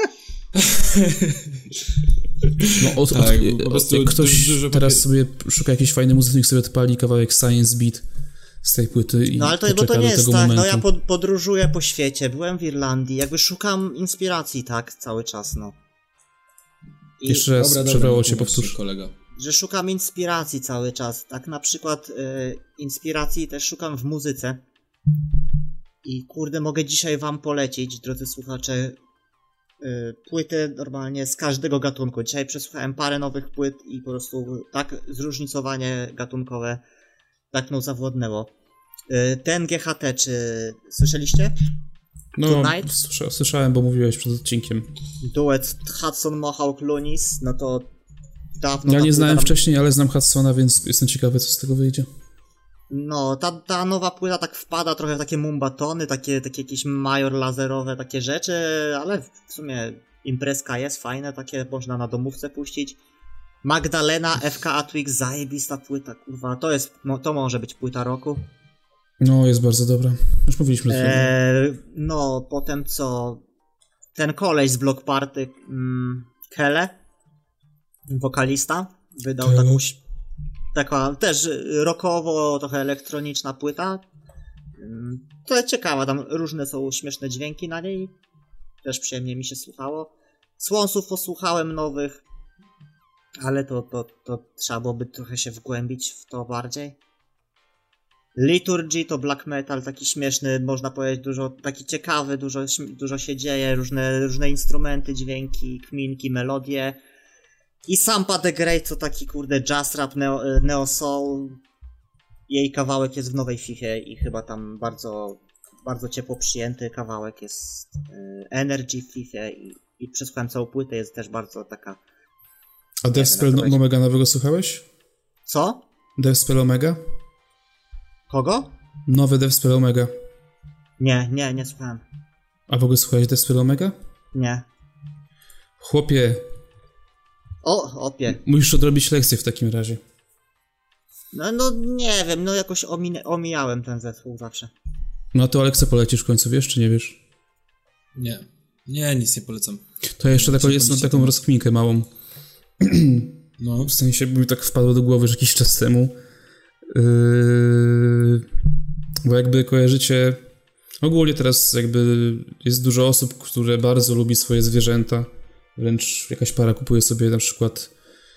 No, po prostu ktoś dużo teraz sobie szuka jakiejś fajnej muzyki, niech sobie odpali kawałek Science Beat z tej płyty i ale poczeka to nie do jest tego tak, momentu. no ja podróżuję po świecie, byłem w Irlandii, jakby szukam inspiracji, tak, cały czas, no. Jeszcze raz przebrało cię, powtórz. Kolego. Że szukam inspiracji cały czas, tak na przykład inspiracji też szukam w muzyce i kurde, mogę dzisiaj wam polecić, drodzy słuchacze, płyty normalnie z każdego gatunku. Dzisiaj przesłuchałem parę nowych płyt i po prostu tak zróżnicowanie gatunkowe tak mną zawładnęło. Ten GHT, czy słyszeliście? No, słyszałem, bo mówiłeś przed odcinkiem. Duet Hudson Mohawk Lunis, no to dawno... Ja nie znałem wcześniej, ale znam Hudsona, więc jestem ciekawy, co z tego wyjdzie. No, ta nowa płyta tak wpada trochę w takie mumbatony, takie jakieś major laserowe, takie rzeczy, ale w sumie imprezka jest fajna, takie można na domówce puścić. Magdalena, FKA Twix, zajebista płyta, kurwa, to może być płyta roku. No, jest bardzo dobra. Już mówiliśmy o tym. No, potem co? Ten koleś z Block Party, Kele, wokalista, wydał taka też rockowo, trochę elektroniczna płyta. To jest ciekawa, tam różne są śmieszne dźwięki na niej. Też przyjemnie mi się słuchało. Słonsów posłuchałem nowych, ale to trzeba byłoby trochę się wgłębić w to bardziej. Liturgy to black metal, taki śmieszny, można powiedzieć, taki ciekawy, dużo się dzieje, różne instrumenty, dźwięki, kminki, melodie. I Sampa the Great to taki kurde jazz rap, neo soul. Jej kawałek jest w nowej Fifie i chyba tam bardzo, bardzo ciepło przyjęty kawałek jest Energy w Fifie i przesłuchałem całą płytę, jest też bardzo taka... A Deathspell Omega nowego słuchałeś? Co? Deathspell Omega? Kogo? Nowy Deathspell Omega. Nie słuchałem. A w ogóle słuchałeś Deathspell Omega? Nie. Chłopie. Opie. Musisz odrobić lekcję w takim razie. No nie wiem, jakoś omijałem ten zespół zawsze. No to Aleksa polecisz w końcu, wiesz czy nie wiesz? Nie, nic nie polecam. To jeszcze taką rozkminkę małą. No. W sensie mi tak wpadło do głowy, że jakiś czas temu. Bo jakby kojarzycie... Ogólnie teraz jakby jest dużo osób, które bardzo lubi swoje zwierzęta. Wręcz jakaś para kupuje sobie na przykład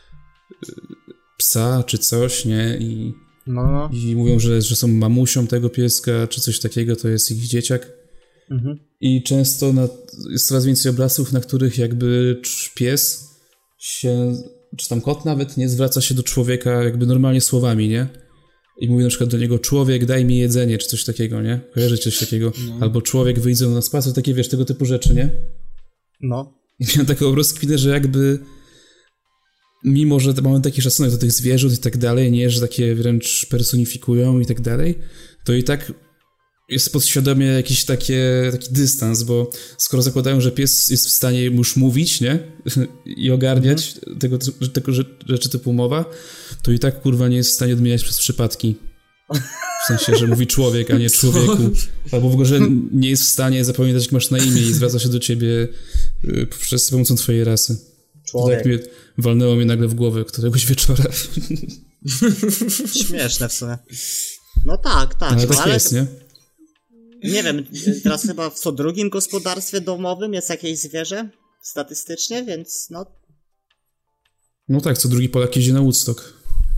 psa czy coś, nie? I mówią, że są mamusią tego pieska, czy coś takiego, to jest ich dzieciak. Mhm. I często jest coraz więcej obrazów, na których jakby pies się, czy tam kot nawet, nie zwraca się do człowieka jakby normalnie słowami, nie? I mówi na przykład do niego: człowiek, daj mi jedzenie, czy coś takiego, nie? Kojarzycie coś takiego? No. Albo człowiek, wyjdź ze mną na spacer, takie, wiesz, tego typu rzeczy, nie? No. I miałem taką rozkwinę, że jakby mimo, że mamy taki szacunek do tych zwierząt i tak dalej, nie, że takie wręcz personifikują i tak dalej, to i tak jest podświadomie jakiś taki dystans, bo skoro zakładają, że pies jest w stanie już mówić, nie? I ogarniać tego rzeczy typu mowa, to i tak kurwa nie jest w stanie odmieniać przez przypadki. W sensie, że mówi człowiek, a nie człowieku. Albo w ogóle, że nie jest w stanie zapamiętać, jak masz na imię i zwraca się do ciebie przez pomocą twojej rasy. Człowiek. Tak walnęło mnie nagle w głowę któregoś wieczora. Śmieszne w sumie. No tak. Ale tak jest, nie? Nie wiem, teraz chyba w co drugim gospodarstwie domowym jest jakieś zwierzę statystycznie, więc no... No tak, co drugi Polak jeździ na Woodstock.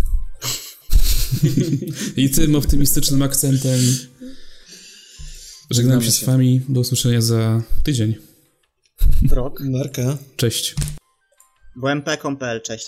I tym optymistycznym akcentem żegnam się z wami. Do usłyszenia za tydzień. Rok. Marka. Cześć. WMP.pl, cześć.